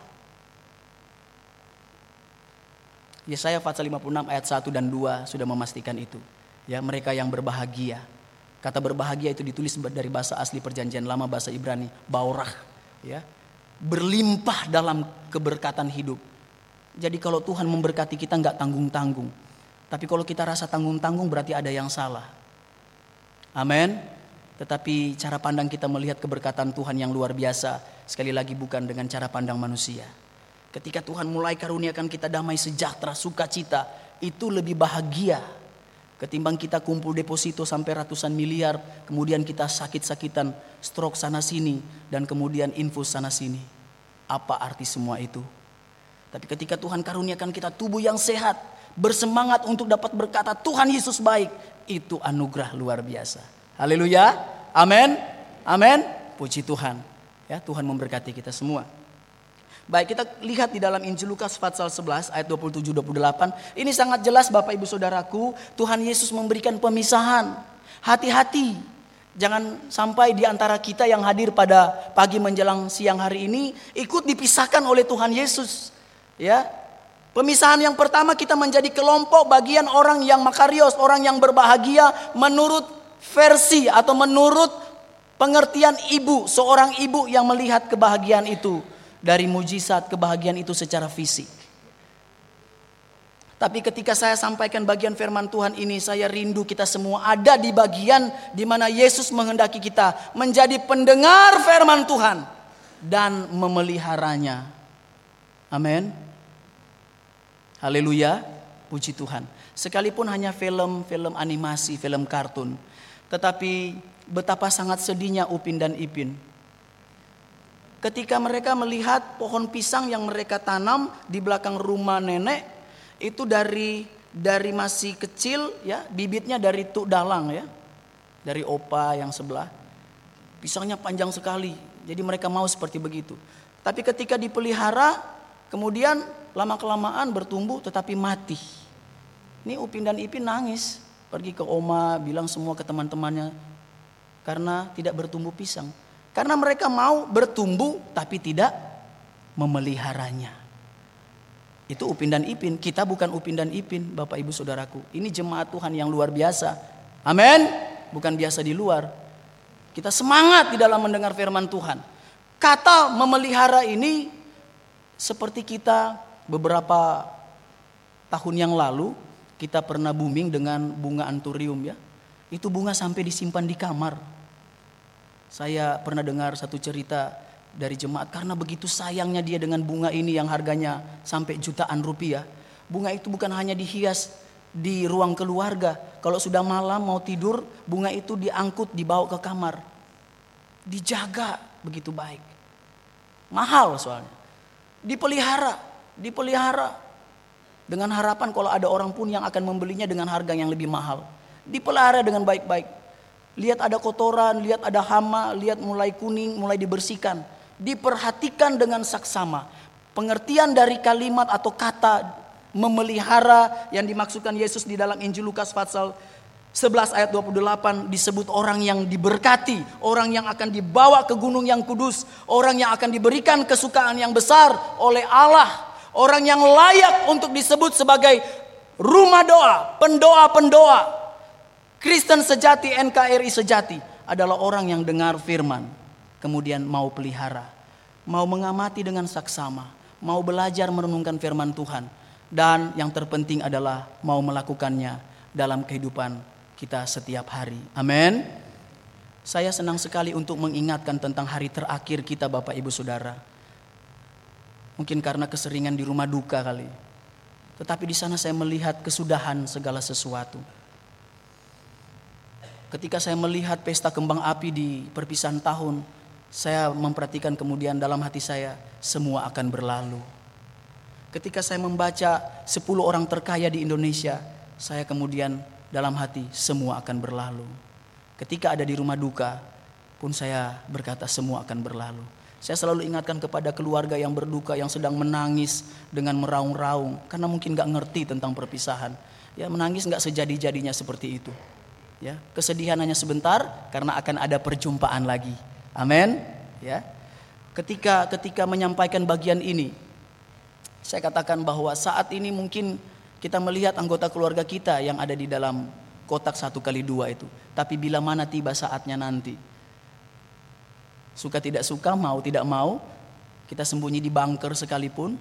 Yesaya pasal lima puluh enam ayat satu dan dua sudah memastikan itu. Ya, mereka yang berbahagia. Kata berbahagia itu ditulis dari bahasa asli Perjanjian Lama, bahasa Ibrani, baurah, ya. Berlimpah dalam keberkatan hidup. Jadi kalau Tuhan memberkati kita nggak tanggung-tanggung. Tapi kalau kita rasa tanggung-tanggung berarti ada yang salah. Amin. Tetapi cara pandang kita melihat keberkatan Tuhan yang luar biasa, sekali lagi bukan dengan cara pandang manusia. Ketika Tuhan mulai karuniakan kita damai sejahtera, sukacita, itu lebih bahagia ketimbang kita kumpul deposito sampai ratusan miliar, kemudian kita sakit-sakitan, stroke sana sini, dan kemudian infus sana sini. Apa arti semua itu? Tapi ketika Tuhan karuniakan kita tubuh yang sehat, bersemangat untuk dapat berkata Tuhan Yesus baik, itu anugerah luar biasa. Haleluya, amin, amin, puji Tuhan. Ya, Tuhan memberkati kita semua. Baik, kita lihat di dalam Injil Lukas pasal sebelas ayat dua puluh tujuh dua puluh delapan. Ini sangat jelas Bapak Ibu Saudaraku, Tuhan Yesus memberikan pemisahan. Hati-hati, jangan sampai di antara kita yang hadir pada pagi menjelang siang hari ini ikut dipisahkan oleh Tuhan Yesus. Ya, pemisahan yang pertama, kita menjadi kelompok bagian orang yang makarios, orang yang berbahagia menurut versi atau menurut pengertian ibu, seorang ibu yang melihat kebahagiaan itu. Dari mujizat kebahagiaan itu secara fisik. Tapi ketika saya sampaikan bagian firman Tuhan ini, saya rindu kita semua ada di bagian di mana Yesus menghendaki kita menjadi pendengar firman Tuhan dan memeliharanya. Amin. Haleluya, puji Tuhan. Sekalipun hanya film-film animasi, film kartun, tetapi betapa sangat sedihnya Upin dan Ipin ketika mereka melihat pohon pisang yang mereka tanam di belakang rumah nenek itu dari dari masih kecil, ya, bibitnya dari tuk dalang, ya, dari opa yang sebelah. Pisangnya panjang sekali, jadi mereka mau seperti begitu. Tapi ketika dipelihara, kemudian lama kelamaan bertumbuh tetapi mati. Ini Upin dan Ipin nangis, pergi ke oma, bilang semua ke teman-temannya karena tidak bertumbuh pisang. Karena mereka mau bertumbuh tapi tidak memeliharanya. Itu Upin dan Ipin. Kita bukan Upin dan Ipin, Bapak Ibu Saudaraku. Ini jemaat Tuhan yang luar biasa. Amin. Bukan biasa di luar. Kita semangat di dalam mendengar firman Tuhan. Kata memelihara ini seperti kita beberapa tahun yang lalu kita pernah booming dengan bunga anturium, ya. Itu bunga sampai disimpan di kamar. Saya pernah dengar satu cerita dari jemaat, karena begitu sayangnya dia dengan bunga ini yang harganya sampai jutaan rupiah. Bunga itu bukan hanya dihias di ruang keluarga. Kalau sudah malam mau tidur, bunga itu diangkut, dibawa ke kamar. Dijaga begitu baik. Mahal soalnya. Dipelihara, dipelihara. Dengan harapan kalau ada orang pun yang akan membelinya dengan harga yang lebih mahal. Dipelihara dengan baik-baik. Lihat ada kotoran, lihat ada hama, lihat mulai kuning, mulai dibersihkan. Diperhatikan dengan saksama. Pengertian dari kalimat atau kata memelihara yang dimaksudkan Yesus di dalam Injil Lukas pasal sebelas ayat dua puluh delapan disebut orang yang diberkati, orang yang akan dibawa ke gunung yang kudus, orang yang akan diberikan kesukaan yang besar oleh Allah, orang yang layak untuk disebut sebagai rumah doa, pendoa-pendoa. Kristen sejati, N K R I sejati adalah orang yang dengar firman, kemudian mau pelihara, mau mengamati dengan saksama, mau belajar merenungkan firman Tuhan, dan yang terpenting adalah mau melakukannya dalam kehidupan kita setiap hari. Amin. Saya senang sekali untuk mengingatkan tentang hari terakhir kita, Bapak Ibu Saudara. Mungkin karena keseringan di rumah duka kali, tetapi di sana saya melihat kesudahan segala sesuatu. Ketika saya melihat pesta kembang api di perpisahan tahun, saya memperhatikan kemudian dalam hati saya, semua akan berlalu. Ketika saya membaca sepuluh orang terkaya di Indonesia, saya kemudian dalam hati, semua akan berlalu. Ketika ada di rumah duka pun saya berkata, semua akan berlalu. Saya selalu ingatkan kepada keluarga yang berduka, yang sedang menangis dengan meraung-raung, karena mungkin gak ngerti tentang perpisahan. Ya, menangis gak sejadi-jadinya seperti itu. Ya, kesedihan hanya sebentar karena akan ada perjumpaan lagi. Amin. Ya. Ketika ketika menyampaikan bagian ini, saya katakan bahwa saat ini mungkin kita melihat anggota keluarga kita yang ada di dalam kotak satu kali dua itu. Tapi bila mana tiba saatnya nanti, suka tidak suka, mau tidak mau, kita sembunyi di bunker sekalipun,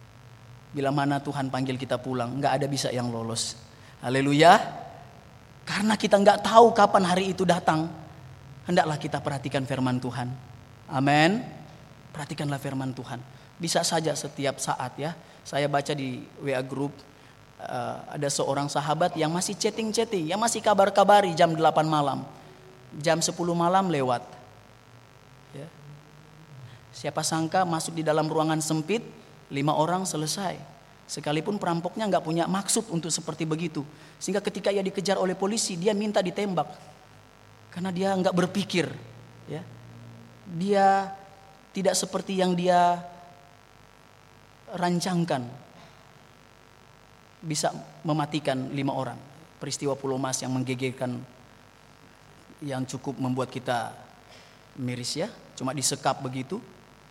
bila mana Tuhan panggil kita pulang, nggak ada bisa yang lolos. Haleluya. Karena kita nggak tahu kapan hari itu datang, hendaklah kita perhatikan firman Tuhan. Amin. Perhatikanlah firman Tuhan. Bisa saja setiap saat ya. Saya baca di W A group uh, ada seorang sahabat yang masih chatting-chatting, yang masih kabar-kabari jam delapan malam. Jam sepuluh malam lewat. Ya. Siapa sangka masuk di dalam ruangan sempit, lima orang selesai. Sekalipun perampoknya nggak punya maksud untuk seperti begitu. Sehingga ketika ia dikejar oleh polisi, dia minta ditembak. Karena dia nggak berpikir. Ya. Dia tidak seperti yang dia rancangkan. Bisa mematikan lima orang. Peristiwa Pulau Mas yang menggegerkan, yang cukup membuat kita miris ya. Cuma disekap begitu.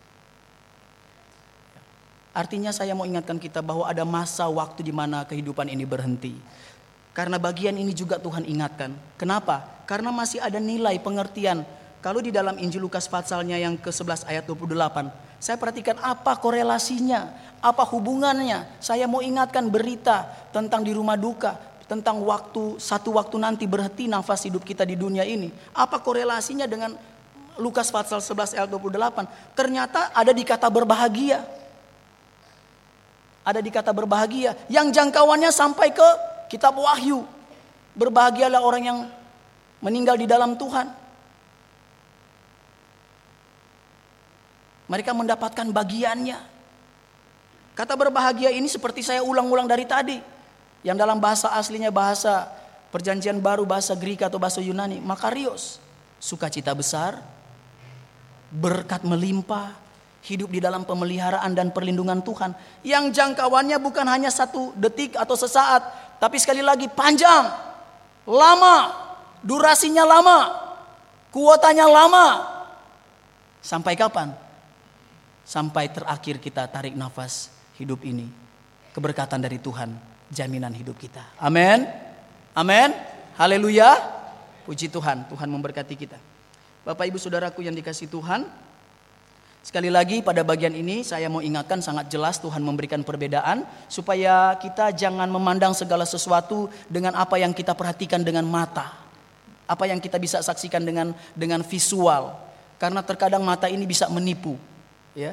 Artinya saya mau ingatkan kita bahwa ada masa waktu di mana kehidupan ini berhenti. Karena bagian ini juga Tuhan ingatkan. Kenapa? Karena masih ada nilai pengertian. Kalau di dalam Injil Lukas pasalnya yang ke sebelas ayat dua puluh delapan. Saya perhatikan apa korelasinya. Apa hubungannya. Saya mau ingatkan berita tentang di rumah duka. Tentang waktu, satu waktu nanti berhenti nafas hidup kita di dunia ini. Apa korelasinya dengan Lukas pasal sebelas ayat dua puluh delapan. Ternyata ada di kata berbahagia. Ada di kata berbahagia yang jangkauannya sampai ke kitab Wahyu. Berbahagialah orang yang meninggal di dalam Tuhan. Mereka mendapatkan bagiannya. Kata berbahagia ini seperti saya ulang-ulang dari tadi. Yang dalam bahasa aslinya bahasa Perjanjian Baru, bahasa Greek atau bahasa Yunani, makarios. Sukacita besar, berkat melimpah. Hidup di dalam pemeliharaan dan perlindungan Tuhan. Yang jangkauannya bukan hanya satu detik atau sesaat. Tapi sekali lagi panjang. Lama. Durasinya lama. Kuotanya lama. Sampai kapan? Sampai terakhir kita tarik nafas hidup ini. Keberkatan dari Tuhan. Jaminan hidup kita. Amin. Amin. Haleluya. Puji Tuhan. Tuhan memberkati kita. Bapak ibu saudaraku yang dikasihi Tuhan. Sekali lagi pada bagian ini saya mau ingatkan sangat jelas Tuhan memberikan perbedaan supaya kita jangan memandang segala sesuatu dengan apa yang kita perhatikan dengan mata, apa yang kita bisa saksikan dengan dengan visual, karena terkadang mata ini bisa menipu. Ya,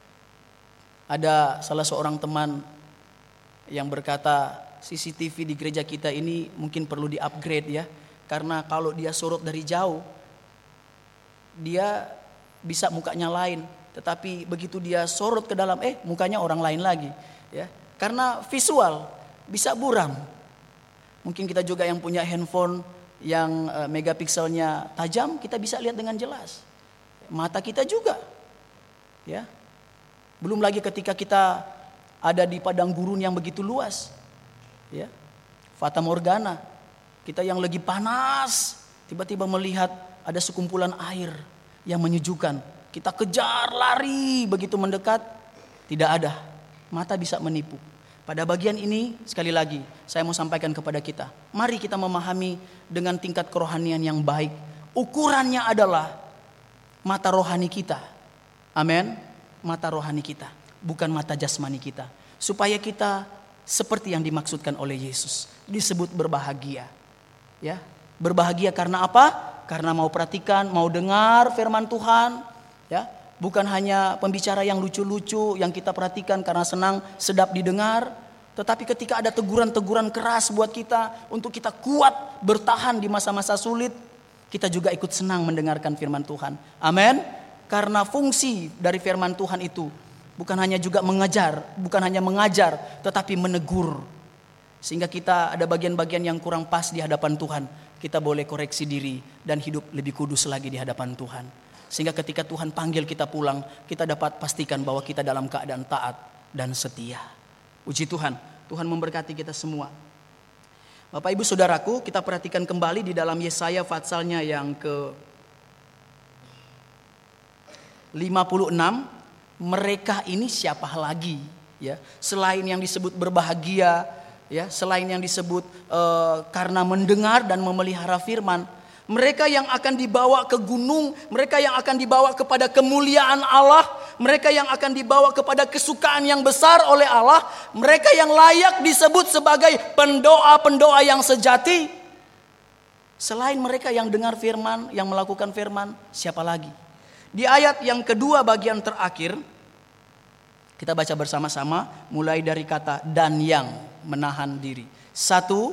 ada salah seorang teman yang berkata C C T V di gereja kita ini mungkin perlu di-upgrade ya, karena kalau dia sorot dari jauh dia bisa mukanya lain, tetapi begitu dia sorot ke dalam, eh mukanya orang lain lagi, ya. Karena visual bisa buram. Mungkin kita juga yang punya handphone yang uh, megapikselnya tajam, kita bisa lihat dengan jelas. Mata kita juga, ya. Belum lagi ketika kita ada di padang gurun yang begitu luas, ya. Fata Morgana, kita yang lagi panas, tiba-tiba melihat ada sekumpulan air yang menyejukkan, kita kejar lari, begitu mendekat tidak ada. Mata bisa menipu. Pada bagian ini sekali lagi saya mau sampaikan kepada kita, mari kita memahami dengan tingkat kerohanian yang baik. Ukurannya adalah mata rohani kita. Amin. Mata rohani kita, bukan mata jasmani kita. Supaya kita seperti yang dimaksudkan oleh Yesus, disebut berbahagia. Ya, berbahagia karena apa? Karena mau perhatikan, mau dengar firman Tuhan, ya, bukan hanya pembicara yang lucu-lucu yang kita perhatikan karena senang, sedap didengar, tetapi ketika ada teguran-teguran keras buat kita untuk kita kuat bertahan di masa-masa sulit, kita juga ikut senang mendengarkan firman Tuhan. Amin. Karena fungsi dari firman Tuhan itu bukan hanya juga mengajar, bukan hanya mengajar, tetapi menegur. Sehingga kita ada bagian-bagian yang kurang pas di hadapan Tuhan. Kita boleh koreksi diri dan hidup lebih kudus lagi di hadapan Tuhan. Sehingga ketika Tuhan panggil kita pulang, kita dapat pastikan bahwa kita dalam keadaan taat dan setia. Puji Tuhan, Tuhan memberkati kita semua. Bapak ibu saudaraku, kita perhatikan kembali di dalam Yesaya pasalnya yang ke lima puluh enam. Mereka ini siapa lagi? Ya, selain yang disebut berbahagia, ya, selain yang disebut uh, karena mendengar dan memelihara firman, mereka yang akan dibawa ke gunung, mereka yang akan dibawa kepada kemuliaan Allah, mereka yang akan dibawa kepada kesukaan yang besar oleh Allah, mereka yang layak disebut sebagai pendoa-pendoa yang sejati. Selain mereka yang dengar firman, yang melakukan firman, siapa lagi? Di ayat yang kedua bagian terakhir, kita baca bersama-sama mulai dari kata dan yang menahan diri. Satu,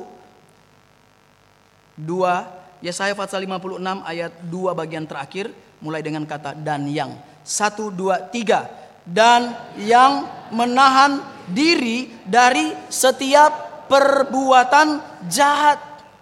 dua, Yesaya pasal lima puluh enam ayat dua bagian terakhir mulai dengan kata dan yang. Satu, dua, tiga. Dan yang menahan diri dari setiap perbuatan jahat.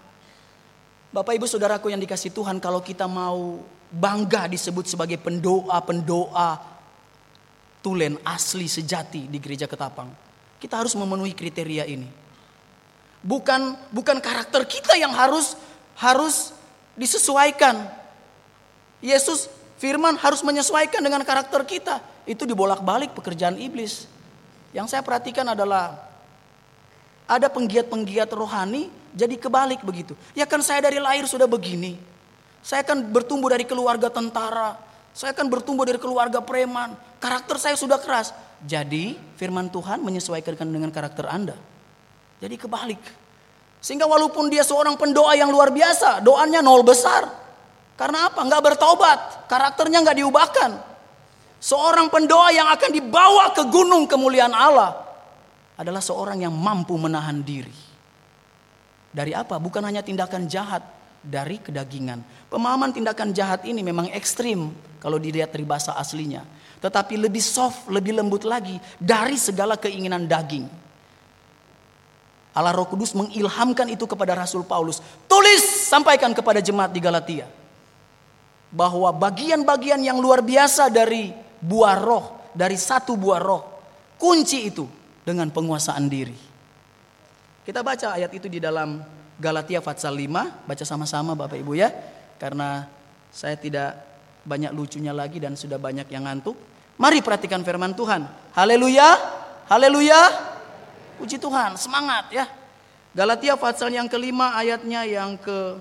Bapak ibu saudaraku yang dikasih Tuhan, kalau kita mau bangga disebut sebagai pendoa-pendoa tulen asli sejati di gereja Ketapang, kita harus memenuhi kriteria ini. Bukan bukan karakter kita yang harus harus disesuaikan. Yesus firman harus menyesuaikan dengan karakter kita. Itu dibolak-balik pekerjaan iblis. Yang saya perhatikan adalah ada penggiat-penggiat rohani jadi kebalik begitu. Ya kan saya dari lahir sudah begini. Saya kan bertumbuh dari keluarga tentara. Saya kan bertumbuh dari keluarga preman. Karakter saya sudah keras. Jadi firman Tuhan menyesuaikan dengan karakter Anda. Jadi kebalik. Sehingga walaupun dia seorang pendoa yang luar biasa, doanya nol besar. Karena apa? Nggak bertobat. Karakternya nggak diubahkan. Seorang pendoa yang akan dibawa ke gunung kemuliaan Allah adalah seorang yang mampu menahan diri. Dari apa? Bukan hanya tindakan jahat, dari kedagingan. Pemahaman tindakan jahat ini memang ekstrim kalau dilihat dari bahasa aslinya. Tetapi lebih soft, lebih lembut lagi dari segala keinginan daging. Allah Roh Kudus mengilhamkan itu kepada Rasul Paulus. Tulis, sampaikan kepada jemaat di Galatia. Bahwa bagian-bagian yang luar biasa dari buah roh, dari satu buah roh, kunci itu dengan penguasaan diri. Kita baca ayat itu di dalam Galatia pasal lima, baca sama-sama Bapak Ibu ya. Karena saya tidak banyak lucunya lagi dan sudah banyak yang ngantuk. Mari perhatikan firman Tuhan. Haleluya, haleluya. Puji Tuhan, semangat ya. Galatia pasal yang kelima ayatnya yang ke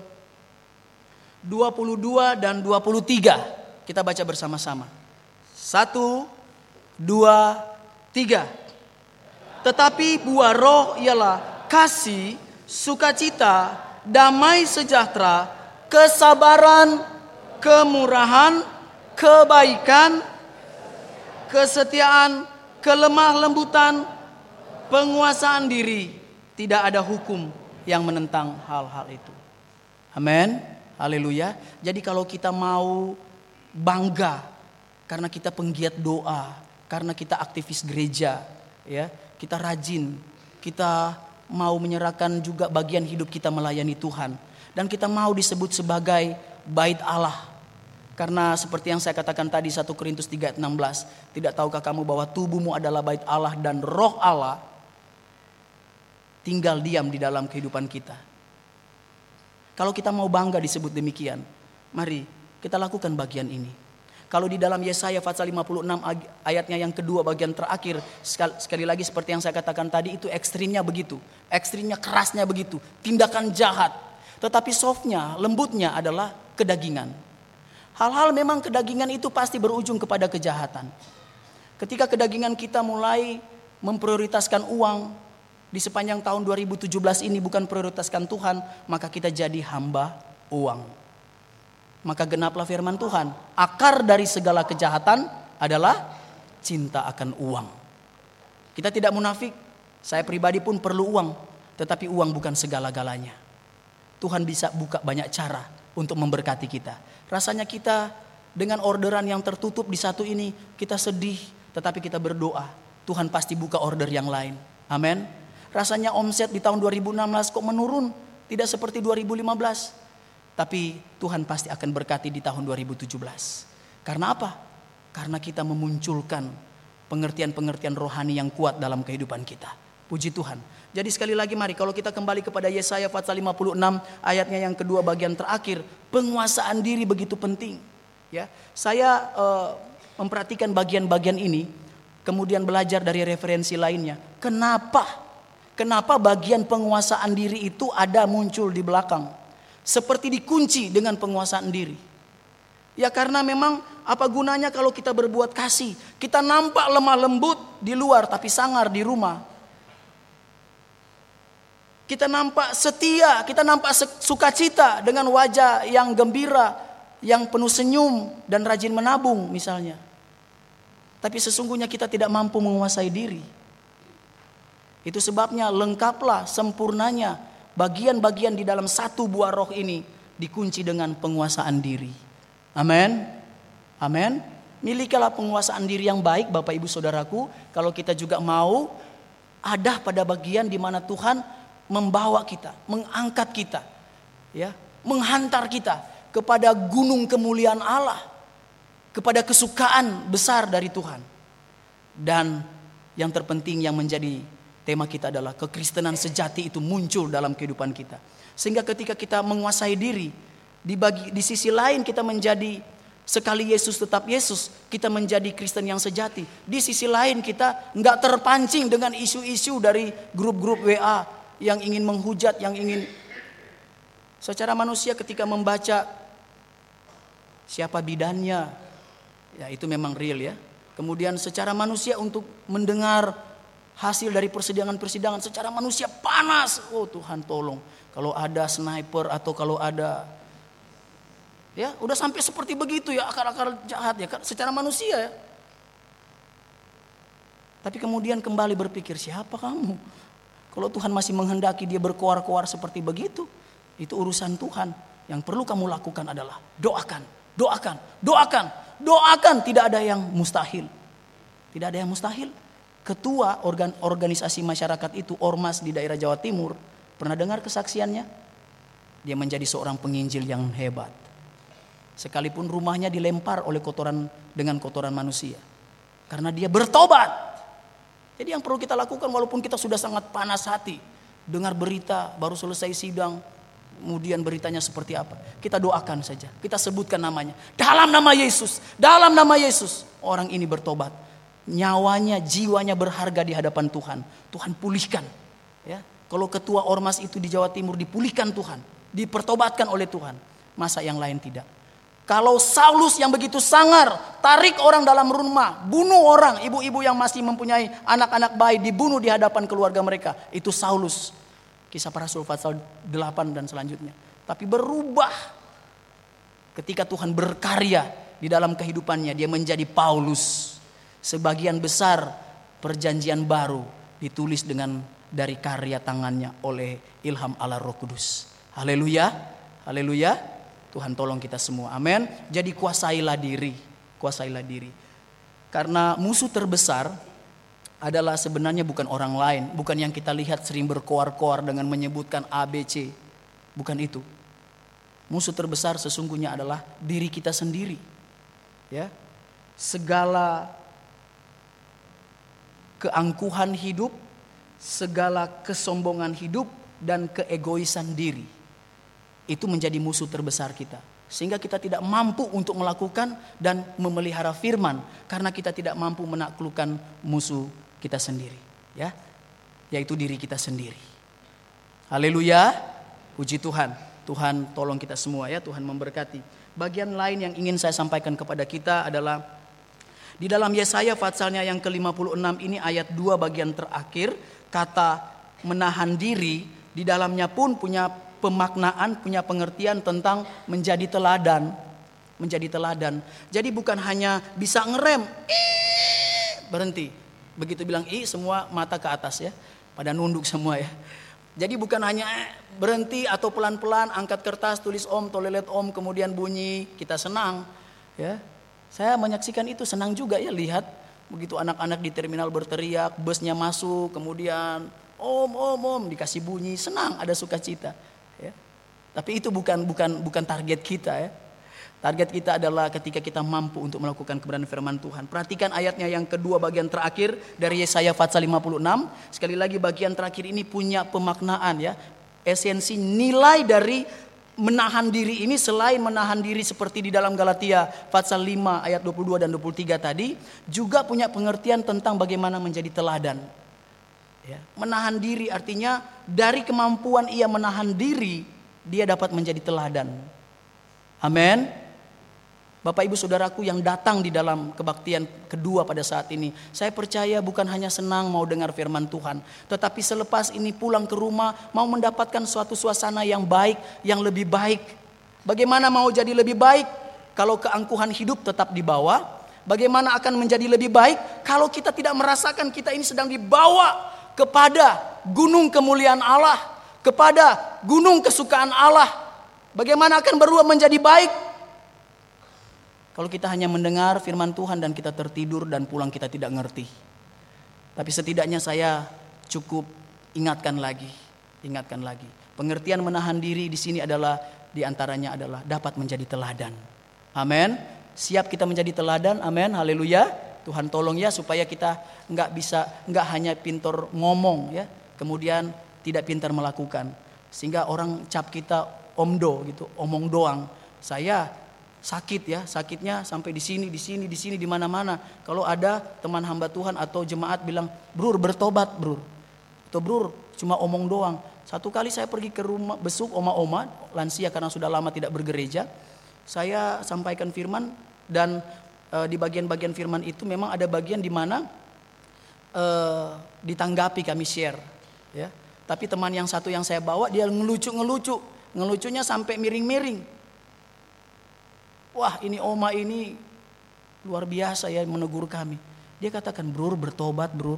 dua puluh dua dan dua puluh tiga. Kita baca bersama-sama. Satu, dua, tiga. Tetapi buah roh ialah kasih, sukacita, damai sejahtera, kesabaran, kemurahan, kebaikan, kesetiaan, kelemah lembutan, penguasaan diri. Tidak ada hukum yang menentang hal-hal itu. Amin. Haleluya. Jadi kalau kita mau bangga karena kita penggiat doa, karena kita aktivis gereja, ya, kita rajin, kita mau menyerahkan juga bagian hidup kita melayani Tuhan, dan kita mau disebut sebagai bait Allah. Karena seperti yang saya katakan tadi satu Korintus tiga ayat enam belas, tidak tahukah kamu bahwa tubuhmu adalah bait Allah dan roh Allah tinggal diam di dalam kehidupan kita. Kalau kita mau bangga disebut demikian, mari kita lakukan bagian ini. Kalau di dalam Yesaya pasal lima puluh enam ayatnya yang kedua bagian terakhir, sekali, sekali lagi seperti yang saya katakan tadi, itu ekstrimnya begitu, ekstrimnya kerasnya begitu, tindakan jahat. Tetapi softnya, lembutnya adalah kedagingan. Hal-hal memang kedagingan itu pasti berujung kepada kejahatan. Ketika kedagingan kita mulai memprioritaskan uang, di sepanjang tahun dua ribu tujuh belas ini bukan prioritaskan Tuhan, maka kita jadi hamba uang. Maka genaplah firman Tuhan, akar dari segala kejahatan adalah cinta akan uang. Kita tidak munafik, saya pribadi pun perlu uang, tetapi uang bukan segala-galanya. Tuhan bisa buka banyak cara untuk memberkati kita. Rasanya kita dengan orderan yang tertutup di satu ini, kita sedih, tetapi kita berdoa, Tuhan pasti buka order yang lain. Amin. Rasanya omset di tahun dua ribu enam belas kok menurun, tidak seperti dua ribu lima belas. Tapi Tuhan pasti akan berkati di tahun dua ribu tujuh belas. Karena apa? Karena kita memunculkan pengertian-pengertian rohani yang kuat dalam kehidupan kita. Puji Tuhan. Jadi sekali lagi mari kalau kita kembali kepada Yesaya pasal lima puluh enam ayatnya yang kedua bagian terakhir, penguasaan diri begitu penting. Ya, saya uh, memperhatikan bagian-bagian ini, kemudian belajar dari referensi lainnya. Kenapa? Kenapa bagian penguasaan diri itu ada muncul di belakang? Seperti dikunci dengan penguasaan diri. Ya karena memang apa gunanya kalau kita berbuat kasih? Kita nampak lemah lembut di luar tapi sangar di rumah. Kita nampak setia, kita nampak sukacita dengan wajah yang gembira, yang penuh senyum dan rajin menabung misalnya. Tapi sesungguhnya kita tidak mampu menguasai diri. Itu sebabnya lengkaplah, sempurnanya bagian-bagian di dalam satu buah roh ini dikunci dengan penguasaan diri. Amin. Amin. Milikilah penguasaan diri yang baik Bapak Ibu Saudaraku. Kalau kita juga mau ada pada bagian di mana Tuhan membawa kita, mengangkat kita, ya, menghantar kita kepada gunung kemuliaan Allah, kepada kesukaan besar dari Tuhan. Dan yang terpenting yang menjadi tema kita adalah kekristenan sejati itu muncul dalam kehidupan kita. Sehingga ketika kita menguasai diri, di, bagi, di sisi lain kita menjadi sekali Yesus tetap Yesus, kita menjadi Kristen yang sejati. Di sisi lain kita nggak terpancing dengan isu-isu dari grup-grup W A yang ingin menghujat, yang ingin secara manusia ketika membaca siapa bidannya, ya itu memang real ya. Kemudian secara manusia untuk mendengar hasil dari persidangan-persidangan secara manusia panas. Oh Tuhan tolong, kalau ada sniper atau kalau ada, ya udah sampai seperti begitu ya, akar-akar jahat ya secara manusia ya. Tapi kemudian kembali berpikir, siapa kamu? Kalau Tuhan masih menghendaki dia berkoar-koar seperti begitu, itu urusan Tuhan. Yang perlu kamu lakukan adalah doakan, doakan, doakan, doakan. Tidak ada yang mustahil. Tidak ada yang mustahil. Ketua organ, organisasi masyarakat itu, Ormas di daerah Jawa Timur, pernah dengar kesaksiannya? Dia menjadi seorang penginjil yang hebat. Sekalipun rumahnya dilempar oleh kotoran dengan kotoran manusia, karena dia bertobat. Jadi yang perlu kita lakukan walaupun kita sudah sangat panas hati, dengar berita baru selesai sidang, kemudian beritanya seperti apa, kita doakan saja, kita sebutkan namanya, dalam nama Yesus, dalam nama Yesus, orang ini bertobat, nyawanya, jiwanya berharga di hadapan Tuhan. Tuhan pulihkan. Ya, kalau ketua ormas itu di Jawa Timur dipulihkan Tuhan, dipertobatkan oleh Tuhan, masa yang lain tidak? Kalau Saulus yang begitu sangar, tarik orang dalam rumah, bunuh orang, ibu-ibu yang masih mempunyai anak-anak bayi dibunuh di hadapan keluarga mereka, itu Saulus. Kisah para Rasul pasal delapan dan selanjutnya. Tapi berubah ketika Tuhan berkarya di dalam kehidupannya, dia menjadi Paulus. Sebagian besar perjanjian baru ditulis dengan dari karya tangannya oleh ilham Allah Roh Kudus. Haleluya, haleluya. Tuhan tolong kita semua, amin. Jadi kuasailah diri, kuasailah diri. Karena musuh terbesar adalah sebenarnya bukan orang lain, bukan yang kita lihat sering berkoar-koar dengan menyebutkan A B C, bukan itu. Musuh terbesar sesungguhnya adalah diri kita sendiri. Ya, segala keangkuhan hidup, segala kesombongan hidup dan keegoisan diri. Itu menjadi musuh terbesar kita. Sehingga kita tidak mampu untuk melakukan dan memelihara firman. Karena kita tidak mampu menaklukkan musuh kita sendiri. Ya, yaitu diri kita sendiri. Haleluya. Puji Tuhan. Tuhan tolong kita semua ya. Tuhan memberkati. Bagian lain yang ingin saya sampaikan kepada kita adalah di dalam Yesaya pasalnya yang ke lima puluh enam ini ayat dua bagian terakhir. Kata menahan diri di dalamnya pun punya pemaknaan, punya pengertian tentang menjadi teladan. Menjadi teladan. Jadi bukan hanya bisa ngerem, ii, berhenti. Begitu bilang i, semua mata ke atas ya. Pada nunduk semua ya. Jadi bukan hanya berhenti atau pelan-pelan angkat kertas, tulis om, toilet om, kemudian bunyi, kita senang. Ya, saya menyaksikan itu, senang juga ya lihat. Begitu anak-anak di terminal berteriak, busnya masuk, kemudian om, om, om, dikasih bunyi, senang, ada sukacita. Ya. Tapi itu bukan bukan bukan target kita ya. Target kita adalah ketika kita mampu untuk melakukan kebenaran firman Tuhan. Perhatikan ayatnya yang kedua bagian terakhir dari Yesaya pasal lima puluh enam. Sekali lagi bagian terakhir ini punya pemaknaan ya. Esensi nilai dari menahan diri ini selain menahan diri seperti di dalam Galatia pasal lima ayat dua puluh dua dan dua puluh tiga tadi, juga punya pengertian tentang bagaimana menjadi teladan. Ya, menahan diri artinya dari kemampuan ia menahan diri, dia dapat menjadi teladan. Amin. Bapak Ibu Saudaraku yang datang di dalam kebaktian kedua pada saat ini, saya percaya bukan hanya senang mau dengar firman Tuhan, tetapi selepas ini pulang ke rumah mau mendapatkan suatu suasana yang baik, yang lebih baik. Bagaimana mau jadi lebih baik kalau keangkuhan hidup tetap dibawa? Bagaimana akan menjadi lebih baik kalau kita tidak merasakan kita ini sedang dibawa kepada gunung kemuliaan Allah, kepada gunung kesukaan Allah? Bagaimana akan berubah menjadi baik kalau kita hanya mendengar firman Tuhan dan kita tertidur dan pulang kita tidak ngerti? Tapi setidaknya saya cukup ingatkan lagi, ingatkan lagi. Pengertian menahan diri di sini adalah diantaranya adalah dapat menjadi teladan. Amin. Siap kita menjadi teladan. Amin. Haleluya. Tuhan tolong ya supaya kita nggak bisa, nggak hanya pintar ngomong ya, kemudian tidak pintar melakukan, sehingga orang cap kita omdo gitu, omong doang. Saya sakit ya, sakitnya sampai di sini, di sini, di sini, di mana-mana. Kalau ada teman hamba Tuhan atau jemaat bilang, "Brur, bertobat, Brur." Atau, "Brur, cuma omong doang." Satu kali saya pergi ke rumah besuk oma-oma lansia karena sudah lama tidak bergereja. Saya sampaikan firman dan e, di bagian-bagian firman itu memang ada bagian di mana e, ditanggapi, kami share ya. Tapi teman yang satu yang saya bawa dia ngelucu-ngelucu, ngelucunya sampai miring-miring. Wah, ini oma ini luar biasa ya menegur kami. Dia katakan, "Brur, bertobat, Brur."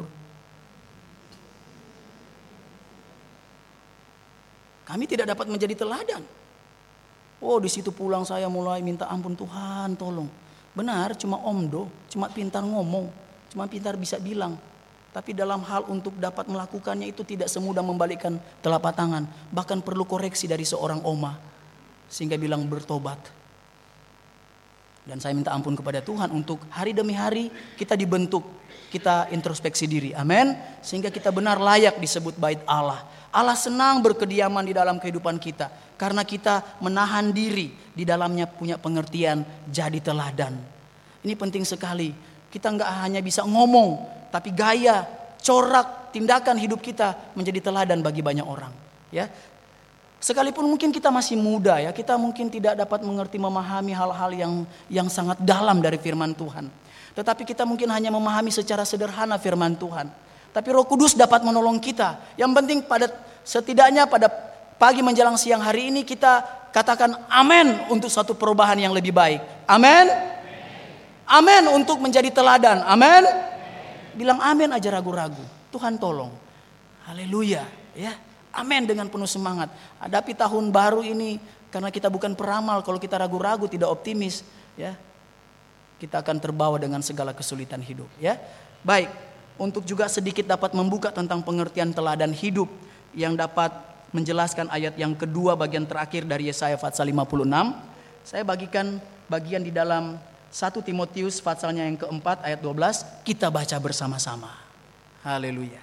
Kami tidak dapat menjadi teladan. Oh, di situ pulang saya mulai minta ampun, Tuhan tolong. Benar, cuma omdo, cuma pintar ngomong, cuma pintar bisa bilang. Tapi dalam hal untuk dapat melakukannya itu tidak semudah membalikkan telapak tangan. Bahkan perlu koreksi dari seorang oma. Sehingga bilang bertobat. Dan saya minta ampun kepada Tuhan untuk hari demi hari kita dibentuk, kita introspeksi diri, amin. Sehingga kita benar layak disebut bait Allah. Allah senang berkediaman di dalam kehidupan kita karena kita menahan diri di dalamnya, punya pengertian jadi teladan. Ini penting sekali. Kita nggak hanya bisa ngomong, tapi gaya, corak, tindakan hidup kita menjadi teladan bagi banyak orang. Ya. Sekalipun mungkin kita masih muda ya, kita mungkin tidak dapat mengerti, memahami hal-hal yang yang sangat dalam dari firman Tuhan. Tetapi kita mungkin hanya memahami secara sederhana firman Tuhan. Tapi Roh Kudus dapat menolong kita. Yang penting pada setidaknya pada pagi menjelang siang hari ini kita katakan amin untuk satu perubahan yang lebih baik. Amin. Amin untuk menjadi teladan. Amin. Bilang amin aja ragu-ragu. Tuhan tolong. Haleluya ya. Amin dengan penuh semangat. Hadapi tahun baru ini karena kita bukan peramal. Kalau kita ragu-ragu, tidak optimis, ya, kita akan terbawa dengan segala kesulitan hidup. Ya, baik. Untuk juga sedikit dapat membuka tentang pengertian teladan hidup yang dapat menjelaskan ayat yang kedua bagian terakhir dari Yesaya Fatsal lima puluh enam. Saya bagikan bagian di dalam satu Timotius Fatsalnya yang keempat ayat dua belas. Kita baca bersama-sama. Haleluya.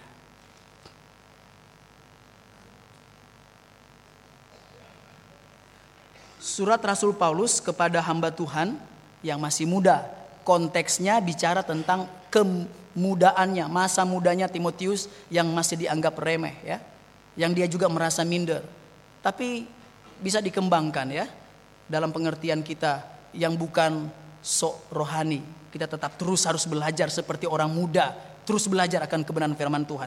Surat Rasul Paulus kepada hamba Tuhan yang masih muda. Konteksnya bicara tentang kemudaannya, masa mudanya Timotius yang masih dianggap remeh ya. Yang dia juga merasa minder. Tapi bisa dikembangkan ya. Dalam pengertian kita yang bukan sok rohani. Kita tetap terus harus belajar seperti orang muda. Terus belajar akan kebenaran firman Tuhan.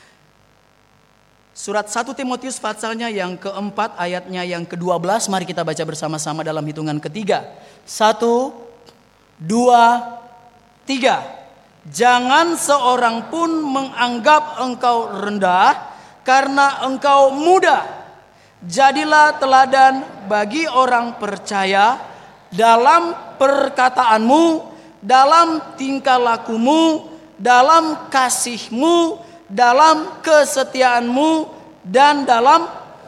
Surat satu Timotius Fatsalnya yang keempat ayatnya yang kedua belas. Mari kita baca bersama-sama dalam hitungan ketiga. Satu, dua, tiga. Jangan seorang pun menganggap engkau rendah karena engkau muda. Jadilah teladan bagi orang percaya dalam perkataanmu, dalam tingkah lakumu, dalam kasihmu, dalam kesetiaanmu, dan dalam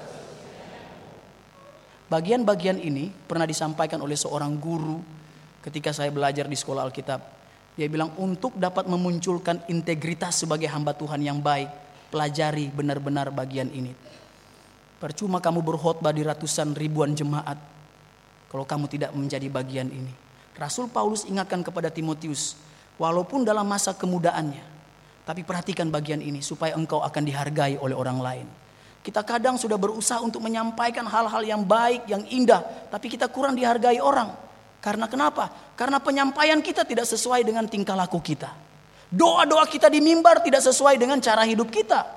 bagian-bagian ini pernah disampaikan oleh seorang guru ketika saya belajar di sekolah Alkitab. Dia bilang untuk dapat memunculkan integritas sebagai hamba Tuhan yang baik, pelajari benar-benar bagian ini. Percuma kamu berkhotbah di ratusan ribuan jemaat kalau kamu tidak menjadi bagian ini. Rasul Paulus ingatkan kepada Timotius, walaupun dalam masa kemudaannya, tapi perhatikan bagian ini supaya engkau akan dihargai oleh orang lain. Kita kadang sudah berusaha untuk menyampaikan hal-hal yang baik, yang indah, tapi kita kurang dihargai orang. Karena kenapa? Karena penyampaian kita tidak sesuai dengan tingkah laku kita. Doa-doa kita di mimbar tidak sesuai dengan cara hidup kita.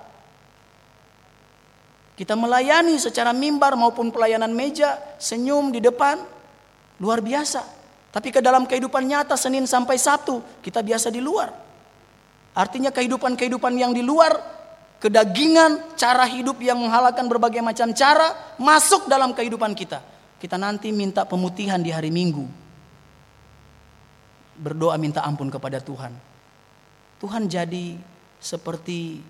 Kita melayani secara mimbar maupun pelayanan meja, senyum di depan, luar biasa. Tapi ke dalam kehidupan nyata Senin sampai Sabtu, kita biasa di luar. Artinya kehidupan-kehidupan yang di luar, kedagingan, cara hidup yang menghalakan berbagai macam cara, masuk dalam kehidupan kita. Kita nanti minta pemutihan di hari Minggu. Berdoa minta ampun kepada Tuhan. Tuhan jadi seperti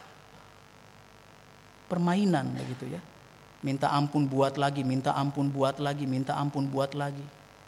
permainan begitu ya. Minta ampun buat lagi, minta ampun buat lagi, minta ampun buat lagi.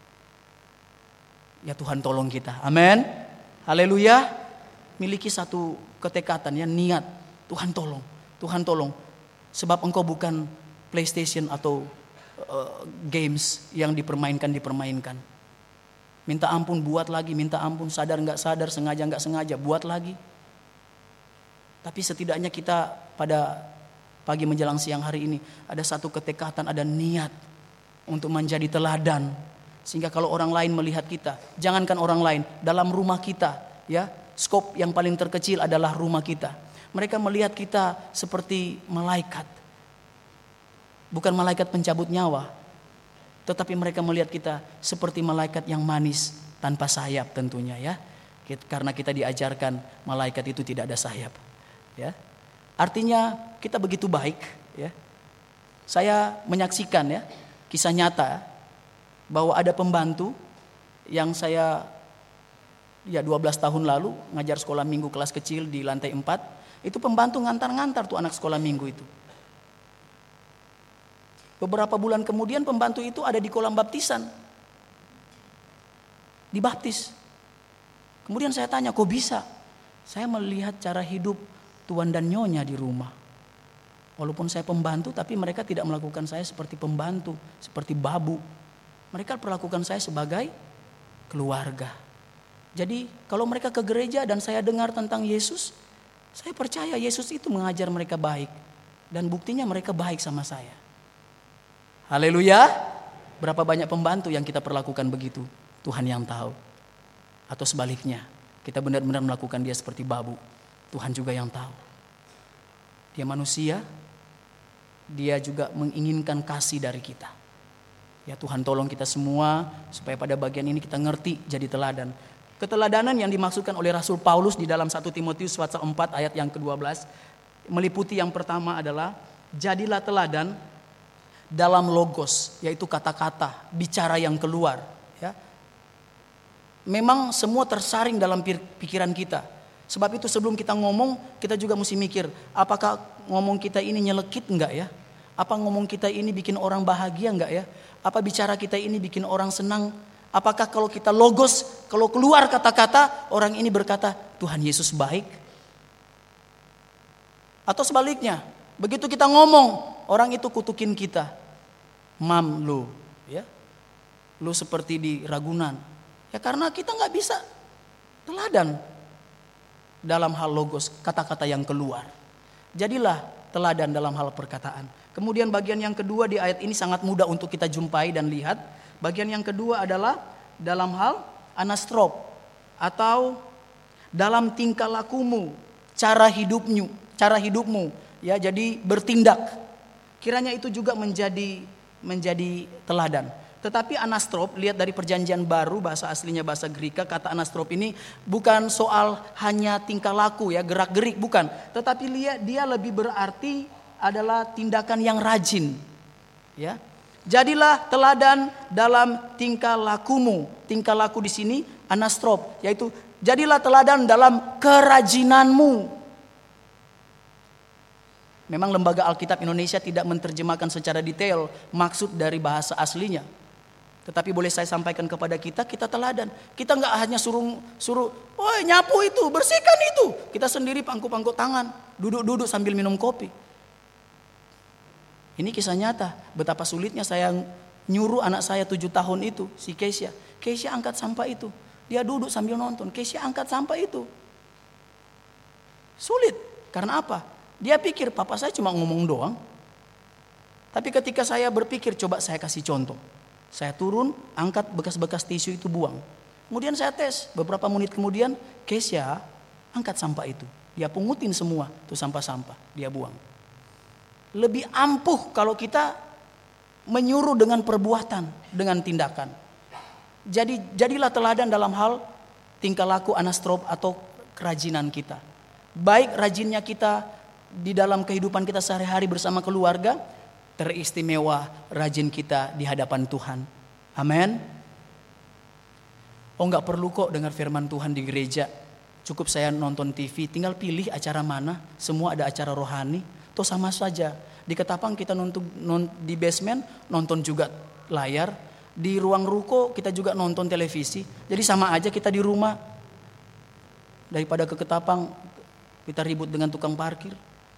Ya Tuhan tolong kita. Amin. Haleluya. Miliki satu ketekatan ya, niat. Tuhan tolong, Tuhan tolong. Sebab engkau bukan PlayStation atau uh, games yang dipermainkan-dipermainkan. Minta ampun buat lagi, minta ampun sadar nggak sadar, sengaja nggak sengaja, buat lagi. Tapi setidaknya kita pada pagi menjelang siang hari ini ada satu ketekatan, ada niat untuk menjadi teladan. Sehingga kalau orang lain melihat kita, jangankan orang lain, dalam rumah kita, ya, skop yang paling terkecil adalah rumah kita. Mereka melihat kita seperti malaikat. Bukan malaikat pencabut nyawa, tetapi mereka melihat kita seperti malaikat yang manis tanpa sayap tentunya ya. Karena kita diajarkan malaikat itu tidak ada sayap. Ya. Artinya kita begitu baik ya. Saya menyaksikan ya kisah nyata bahwa ada pembantu yang saya ya dua belas tahun lalu ngajar sekolah minggu kelas kecil di lantai empat, itu pembantu ngantar-ngantar tuh anak sekolah minggu itu. Beberapa bulan kemudian pembantu itu ada di kolam baptisan. Dibaptis. Kemudian saya tanya, kok bisa? Saya melihat cara hidup tuan dan nyonya di rumah. Walaupun saya pembantu, tapi mereka tidak melakukan saya seperti pembantu, seperti babu. Mereka perlakukan saya sebagai keluarga. Jadi kalau mereka ke gereja dan saya dengar tentang Yesus, saya percaya Yesus itu mengajar mereka baik. Dan buktinya mereka baik sama saya. Haleluya. Berapa banyak pembantu yang kita perlakukan begitu? Tuhan yang tahu. Atau sebaliknya, kita benar-benar melakukan dia seperti babu. Tuhan juga yang tahu. Dia manusia, dia juga menginginkan kasih dari kita. Ya Tuhan tolong kita semua supaya pada bagian ini kita ngerti jadi teladan. Keteladanan yang dimaksudkan oleh Rasul Paulus di dalam satu Timotius pasal empat ayat yang kedua belas meliputi yang pertama adalah jadilah teladan dalam logos, yaitu kata-kata, bicara yang keluar. Ya. Memang semua tersaring dalam pikiran kita. Sebab itu sebelum kita ngomong, kita juga mesti mikir, apakah ngomong kita ini nyelekit enggak ya? Apa ngomong kita ini bikin orang bahagia enggak ya? Apa bicara kita ini bikin orang senang? Apakah kalau kita logos, kalau keluar kata-kata, orang ini berkata, Tuhan Yesus baik? Atau sebaliknya, begitu kita ngomong, orang itu kutukin kita. Mam lu, ya, lu seperti di Ragunan. Ya karena kita nggak bisa teladan dalam hal logos, kata-kata yang keluar. Jadilah teladan dalam hal perkataan. Kemudian bagian yang kedua di ayat ini sangat mudah untuk kita jumpai dan lihat. Bagian yang kedua adalah dalam hal anastrop atau dalam tingkah lakumu, cara hidupmu, cara hidupmu. Ya, jadi bertindak. Kiranya itu juga menjadi menjadi teladan. Tetapi anastrop, lihat dari Perjanjian Baru, bahasa aslinya bahasa Greka, kata anastrop ini bukan soal hanya tingkah laku ya, gerak-gerik, bukan. Tetapi lihat dia lebih berarti adalah tindakan yang rajin. Ya. Jadilah teladan dalam tingkah lakumu. Tingkah laku di sini anastrop, yaitu jadilah teladan dalam kerajinanmu. Memang Lembaga Alkitab Indonesia tidak menerjemahkan secara detail maksud dari bahasa aslinya. Tetapi boleh saya sampaikan kepada kita, kita teladan. Kita nggak hanya suruh, suruh, woi nyapu itu, bersihkan itu. Kita sendiri pangku-pangku tangan, duduk-duduk sambil minum kopi. Ini kisah nyata, betapa sulitnya saya nyuruh anak saya tujuh tahun itu, si Keisha. Keisha angkat sampah itu. Dia duduk sambil nonton, Keisha angkat sampah itu. Sulit, karena apa? Dia pikir papa saya cuma ngomong doang. Tapi ketika saya berpikir, coba saya kasih contoh. Saya turun, angkat bekas-bekas tisu itu, buang. Kemudian saya tes, beberapa menit kemudian Kesya angkat sampah itu. Dia pungutin semua tuh sampah-sampah, dia buang. Lebih ampuh kalau kita menyuruh dengan perbuatan, dengan tindakan. Jadi jadilah teladan dalam hal tingkah laku anastrop atau kerajinan kita. Baik rajinnya kita di dalam kehidupan kita sehari-hari bersama keluarga, teristimewa rajin kita di hadapan Tuhan. Amin. Oh nggak perlu kok dengar firman Tuhan di gereja. Cukup saya nonton T V, tinggal pilih acara mana. Semua ada acara rohani. Toh sama saja. Di Ketapang kita nonton, non, di basement nonton juga layar. Di ruang ruko kita juga nonton televisi. Jadi sama aja kita di rumah. Daripada ke Ketapang kita ribut dengan tukang parkir.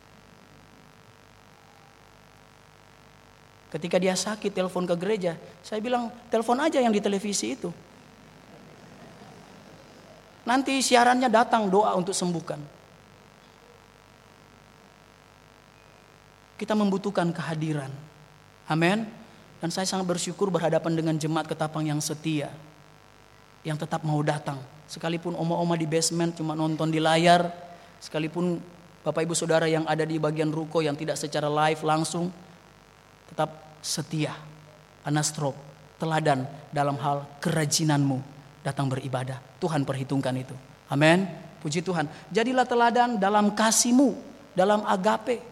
Ketika dia sakit telepon ke gereja, saya bilang telepon aja yang di televisi itu. Nanti siarannya datang doa untuk sembuhkan. Kita membutuhkan kehadiran. Amin. Dan saya sangat bersyukur berhadapan dengan jemaat Ketapang yang setia. Yang tetap mau datang. Sekalipun oma-oma di basement cuma nonton di layar. Sekalipun Bapak Ibu Saudara yang ada di bagian ruko yang tidak secara live langsung. Tetap setia. Anastrop. Teladan dalam hal kerajinanmu. Datang beribadah. Tuhan perhitungkan itu. Amin. Puji Tuhan. Jadilah teladan dalam kasih-Mu, dalam agape.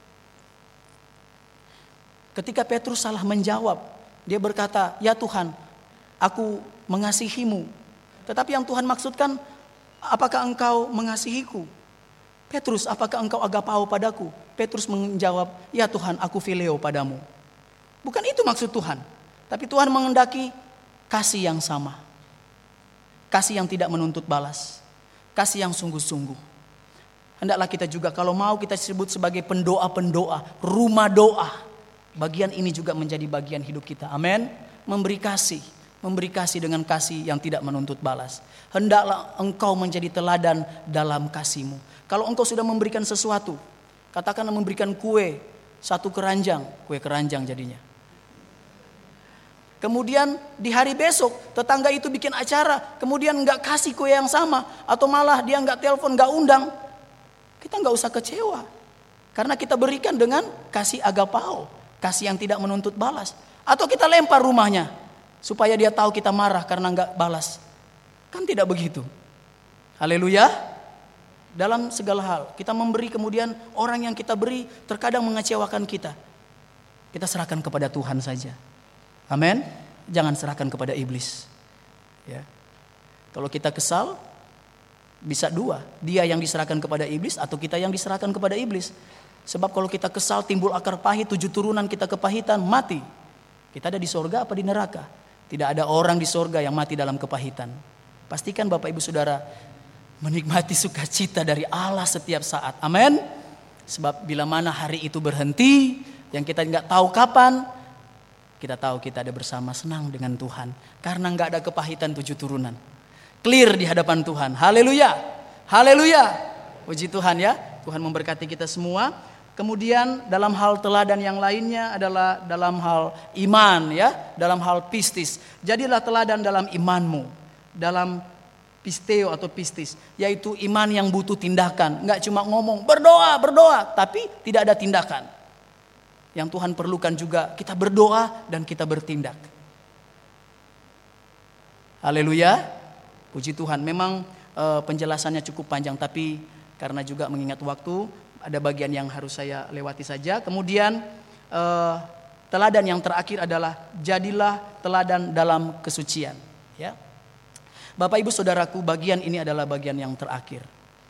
Ketika Petrus salah menjawab, dia berkata, "Ya Tuhan, aku mengasihi-Mu." Tetapi yang Tuhan maksudkan, "Apakah Engkau mengasihiku?" Petrus, "Apakah Engkau agapao padaku?" Petrus menjawab, "Ya Tuhan, aku phileo padamu." Bukan itu maksud Tuhan. Tapi Tuhan menghendaki kasih yang sama. Kasih yang tidak menuntut balas. Kasih yang sungguh-sungguh. Hendaklah kita juga kalau mau kita sebut sebagai pendoa-pendoa. Rumah doa. Bagian ini juga menjadi bagian hidup kita. Amin. Memberi kasih. Memberi kasih dengan kasih yang tidak menuntut balas. Hendaklah engkau menjadi teladan dalam kasih-Mu. Kalau engkau sudah memberikan sesuatu. Katakanlah memberikan kue. Satu keranjang. Kue keranjang jadinya. Kemudian di hari besok tetangga itu bikin acara, kemudian nggak kasih kue yang sama, atau malah dia nggak telepon, nggak undang, kita nggak usah kecewa, karena kita berikan dengan kasih agapao, kasih yang tidak menuntut balas, atau kita lempar rumahnya supaya dia tahu kita marah karena nggak balas, kan tidak begitu. Haleluya. Dalam segala hal kita memberi, kemudian orang yang kita beri terkadang mengecewakan kita, kita serahkan kepada Tuhan saja. Amin. Jangan serahkan kepada iblis. Ya. Kalau kita kesal, bisa dua. Dia yang diserahkan kepada iblis atau kita yang diserahkan kepada iblis. Sebab kalau kita kesal timbul akar pahit, tujuh turunan kita kepahitan, mati. Kita ada di sorga apa di neraka? Tidak ada orang di sorga yang mati dalam kepahitan. Pastikan Bapak Ibu Saudara menikmati sukacita dari Allah setiap saat. Amin. Sebab bila mana hari itu berhenti, yang kita nggak tahu kapan, kita tahu kita ada bersama senang dengan Tuhan. Karena gak ada kepahitan tujuh turunan. Clear di hadapan Tuhan. Haleluya. Haleluya. Puji Tuhan ya. Tuhan memberkati kita semua. Kemudian dalam hal teladan yang lainnya adalah dalam hal iman ya. Dalam hal pistis. Jadilah teladan dalam imanmu. Dalam pisteo atau pistis. Yaitu iman yang butuh tindakan. Gak cuma ngomong berdoa, berdoa. Tapi tidak ada tindakan. Yang Tuhan perlukan juga kita berdoa dan kita bertindak. Haleluya. Puji Tuhan. Memang e, penjelasannya cukup panjang, tapi karena juga mengingat waktu, ada bagian yang harus saya lewati saja. Kemudian e, teladan yang terakhir adalah jadilah teladan dalam kesucian. Ya. Bapak Ibu Saudaraku, bagian ini adalah bagian yang terakhir.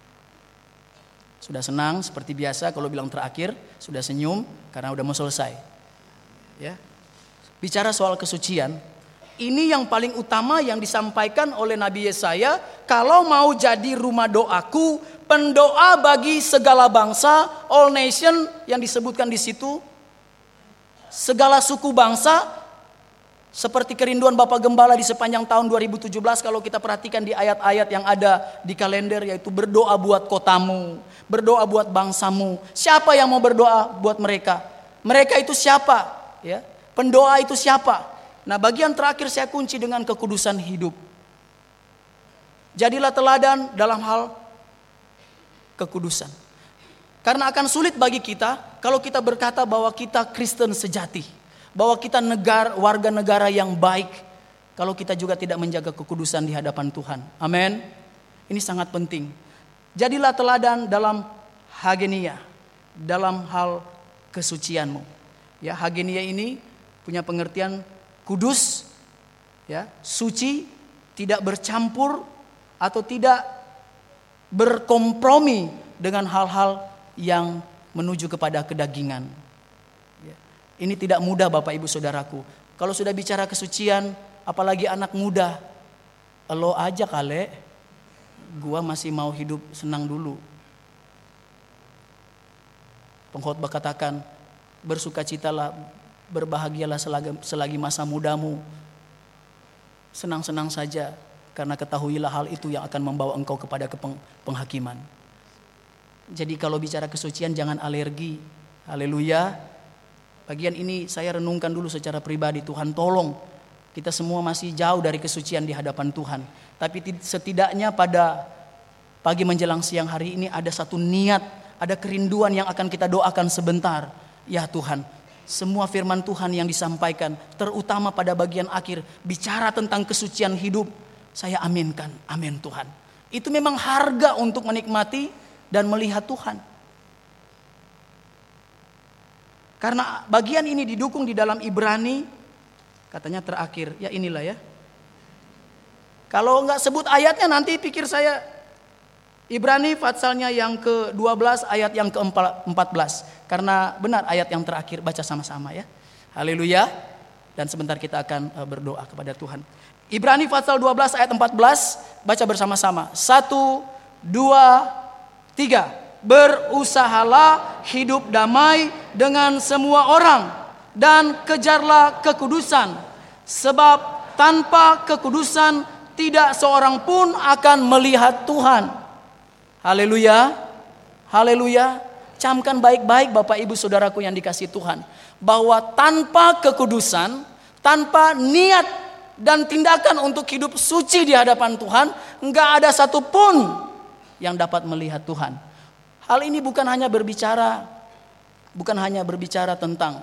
Sudah senang seperti biasa kalau bilang terakhir, sudah senyum karena udah mau selesai. Ya. Bicara soal kesucian, ini yang paling utama yang disampaikan oleh Nabi Yesaya, kalau mau jadi rumah doaku, pendoa bagi segala bangsa, all nation yang disebutkan di situ, segala suku bangsa. Seperti kerinduan Bapak Gembala di sepanjang tahun dua ribu tujuh belas, kalau kita perhatikan di ayat-ayat yang ada di kalender, yaitu berdoa buat kotamu, berdoa buat bangsamu. Siapa yang mau berdoa buat mereka? Mereka itu siapa? Ya, pendoa itu siapa? Nah, bagian terakhir saya kunci dengan kekudusan hidup. Jadilah teladan dalam hal kekudusan. Karena akan sulit bagi kita kalau kita berkata bahwa kita Kristen sejati, bahwa kita negara, warga negara yang baik, kalau kita juga tidak menjaga kekudusan di hadapan Tuhan. Amin. Ini sangat penting. Jadilah teladan dalam hagenia, dalam hal kesucianmu. Ya, hagenia ini punya pengertian kudus, ya, suci, tidak bercampur atau tidak berkompromi dengan hal-hal yang menuju kepada kedagingan. Ya. Ini tidak mudah Bapak Ibu Saudaraku. Kalau sudah bicara kesucian, apalagi anak muda, elo aja kale, gua masih mau hidup senang dulu. Pengkhotbah katakan, bersukacitalah, berbahagialah selagi, selagi masa mudamu. Senang-senang saja, karena ketahuilah hal itu yang akan membawa engkau kepada penghakiman. Jadi kalau bicara kesucian jangan alergi. Haleluya. Bagian ini saya renungkan dulu secara pribadi. Tuhan tolong, kita semua masih jauh dari kesucian di hadapan Tuhan. Tapi setidaknya pada pagi menjelang siang hari ini ada satu niat, ada kerinduan yang akan kita doakan sebentar. Ya Tuhan, semua firman Tuhan yang disampaikan, terutama pada bagian akhir, bicara tentang kesucian hidup, saya aminkan. Amin Tuhan. Itu memang harga untuk menikmati dan melihat Tuhan. Karena bagian ini didukung di dalam Ibrani, katanya terakhir, ya inilah ya. Kalau enggak sebut ayatnya nanti pikir saya Ibrani patsalnya yang ke dua belas ayat yang ke empat belas. Karena benar ayat yang terakhir, baca sama-sama ya. Haleluya. Dan sebentar kita akan berdoa kepada Tuhan. Ibrani pasal dua belas ayat empat belas, baca bersama-sama. Satu, dua, tiga. Berusahalah hidup damai dengan semua orang dan kejarlah kekudusan. Sebab tanpa kekudusan tidak seorang pun akan melihat Tuhan. Haleluya. Haleluya. Camkan baik-baik Bapak Ibu Saudaraku yang dikasihi Tuhan, bahwa tanpa kekudusan, tanpa niat dan tindakan untuk hidup suci di hadapan Tuhan, enggak ada satupun yang dapat melihat Tuhan. Hal ini bukan hanya berbicara, bukan hanya berbicara tentang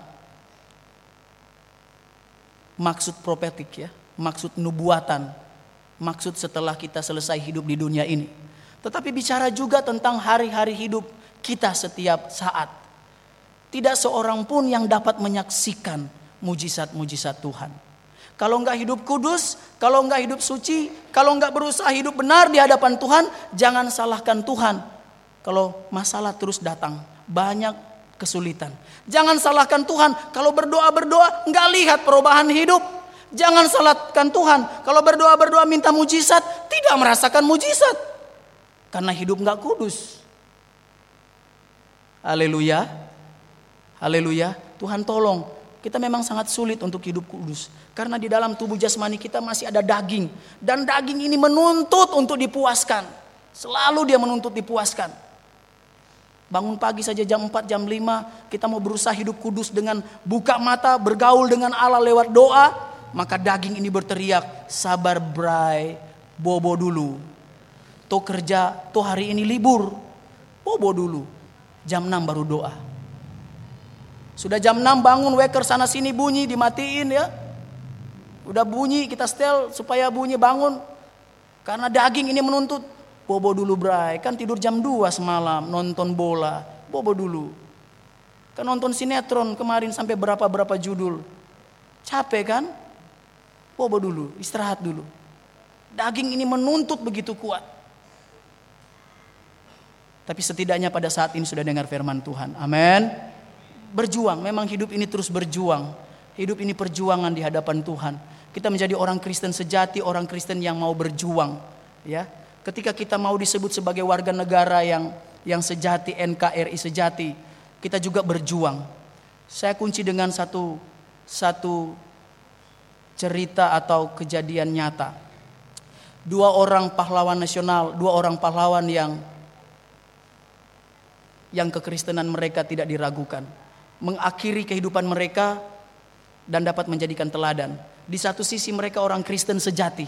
maksud profetik ya, maksud nubuatan, maksud setelah kita selesai hidup di dunia ini. Tetapi bicara juga tentang hari-hari hidup kita setiap saat. Tidak seorang pun yang dapat menyaksikan mujizat-mujizat Tuhan. Kalau enggak hidup kudus, kalau enggak hidup suci, kalau enggak berusaha hidup benar di hadapan Tuhan, jangan salahkan Tuhan. Kalau masalah terus datang, banyak kesulitan. Jangan salahkan Tuhan kalau berdoa-berdoa enggak lihat perubahan hidup. Jangan salahkan Tuhan kalau berdoa-berdoa minta mujizat, tidak merasakan mujizat. Karena hidup enggak kudus. Haleluya. Haleluya. Tuhan tolong. Kita memang sangat sulit untuk hidup kudus. Karena di dalam tubuh jasmani kita masih ada daging. Dan daging ini menuntut untuk dipuaskan. Selalu dia menuntut dipuaskan. Bangun pagi saja jam empat, jam lima. Kita mau berusaha hidup kudus dengan buka mata. Bergaul dengan Allah lewat doa. Maka daging ini berteriak, sabar bray, bobo dulu. Toh kerja, toh hari ini libur. Bobo dulu. Jam enam baru doa. Sudah jam enam bangun, waker sana sini bunyi, dimatiin ya. Udah bunyi, kita setel supaya bunyi bangun. Karena daging ini menuntut. Bobo dulu bray, kan tidur jam dua semalam, nonton bola. Bobo dulu. Kan nonton sinetron kemarin sampai berapa-berapa judul. Capek kan? Bobo dulu, istirahat dulu. Daging ini menuntut begitu kuat. Tapi setidaknya pada saat ini sudah dengar firman Tuhan. Amin. Berjuang, memang hidup ini terus berjuang. Hidup ini perjuangan di hadapan Tuhan. Kita menjadi orang Kristen sejati, orang Kristen yang mau berjuang. Ya, ketika kita mau disebut sebagai warga negara yang yang sejati, N K R I sejati, kita juga berjuang. Saya kunci dengan satu satu cerita atau kejadian nyata. Dua orang pahlawan nasional, dua orang pahlawan yang yang kekristenan mereka tidak diragukan, mengakhiri kehidupan mereka dan dapat menjadikan teladan. Di satu sisi mereka orang Kristen sejati.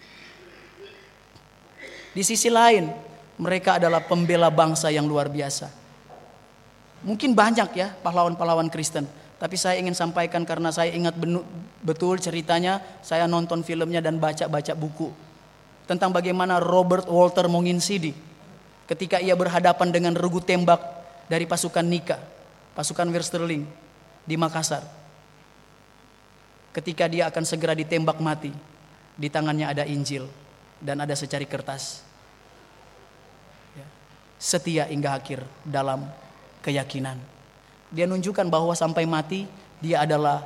Di sisi lain mereka adalah pembela bangsa yang luar biasa. Mungkin banyak ya pahlawan-pahlawan Kristen. Tapi saya ingin sampaikan karena saya ingat betul ceritanya. Saya nonton filmnya dan baca-baca buku. Tentang bagaimana Robert Walter Monginsidi. Ketika ia berhadapan dengan regu tembak dari pasukan Nika. Pasukan Westerling di Makassar. Ketika dia akan segera ditembak mati. Di tangannya ada Injil. Dan ada secari kertas. Setia hingga akhir dalam keyakinan. Dia menunjukkan bahwa sampai mati dia adalah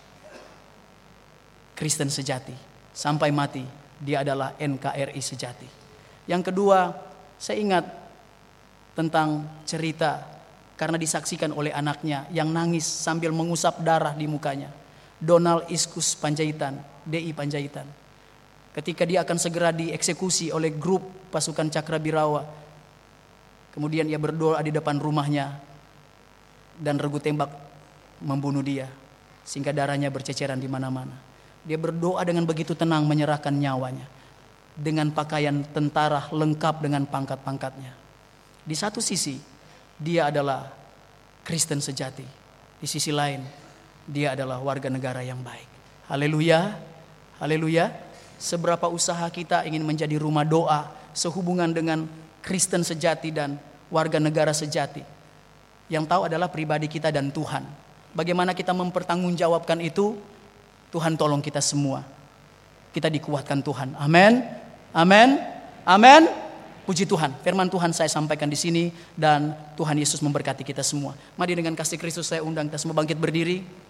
Kristen sejati. Sampai mati dia adalah N K R I sejati. Yang kedua, saya ingat tentang cerita karena disaksikan oleh anaknya yang nangis sambil mengusap darah di mukanya. Donald Iskus Panjaitan, D I Panjaitan. Ketika dia akan segera dieksekusi oleh grup pasukan Cakrabirawa. Kemudian ia berdoa di depan rumahnya. Dan regu tembak membunuh dia. Sehingga darahnya berceceran di mana-mana. Dia berdoa dengan begitu tenang menyerahkan nyawanya. Dengan pakaian tentara lengkap dengan pangkat-pangkatnya. Di satu sisi dia adalah Kristen sejati. Di sisi lain dia adalah warga negara yang baik. Haleluya. Haleluya. Seberapa usaha kita ingin menjadi rumah doa sehubungan dengan Kristen sejati dan warga negara sejati. Yang tahu adalah pribadi kita dan Tuhan. Bagaimana kita mempertanggungjawabkan itu? Tuhan tolong kita semua. Kita dikuatkan Tuhan. Amin. Amin. Amin. Puji Tuhan. Firman Tuhan saya sampaikan di sini dan Tuhan Yesus memberkati kita semua. Mari dengan kasih Kristus saya undang kita semua bangkit berdiri.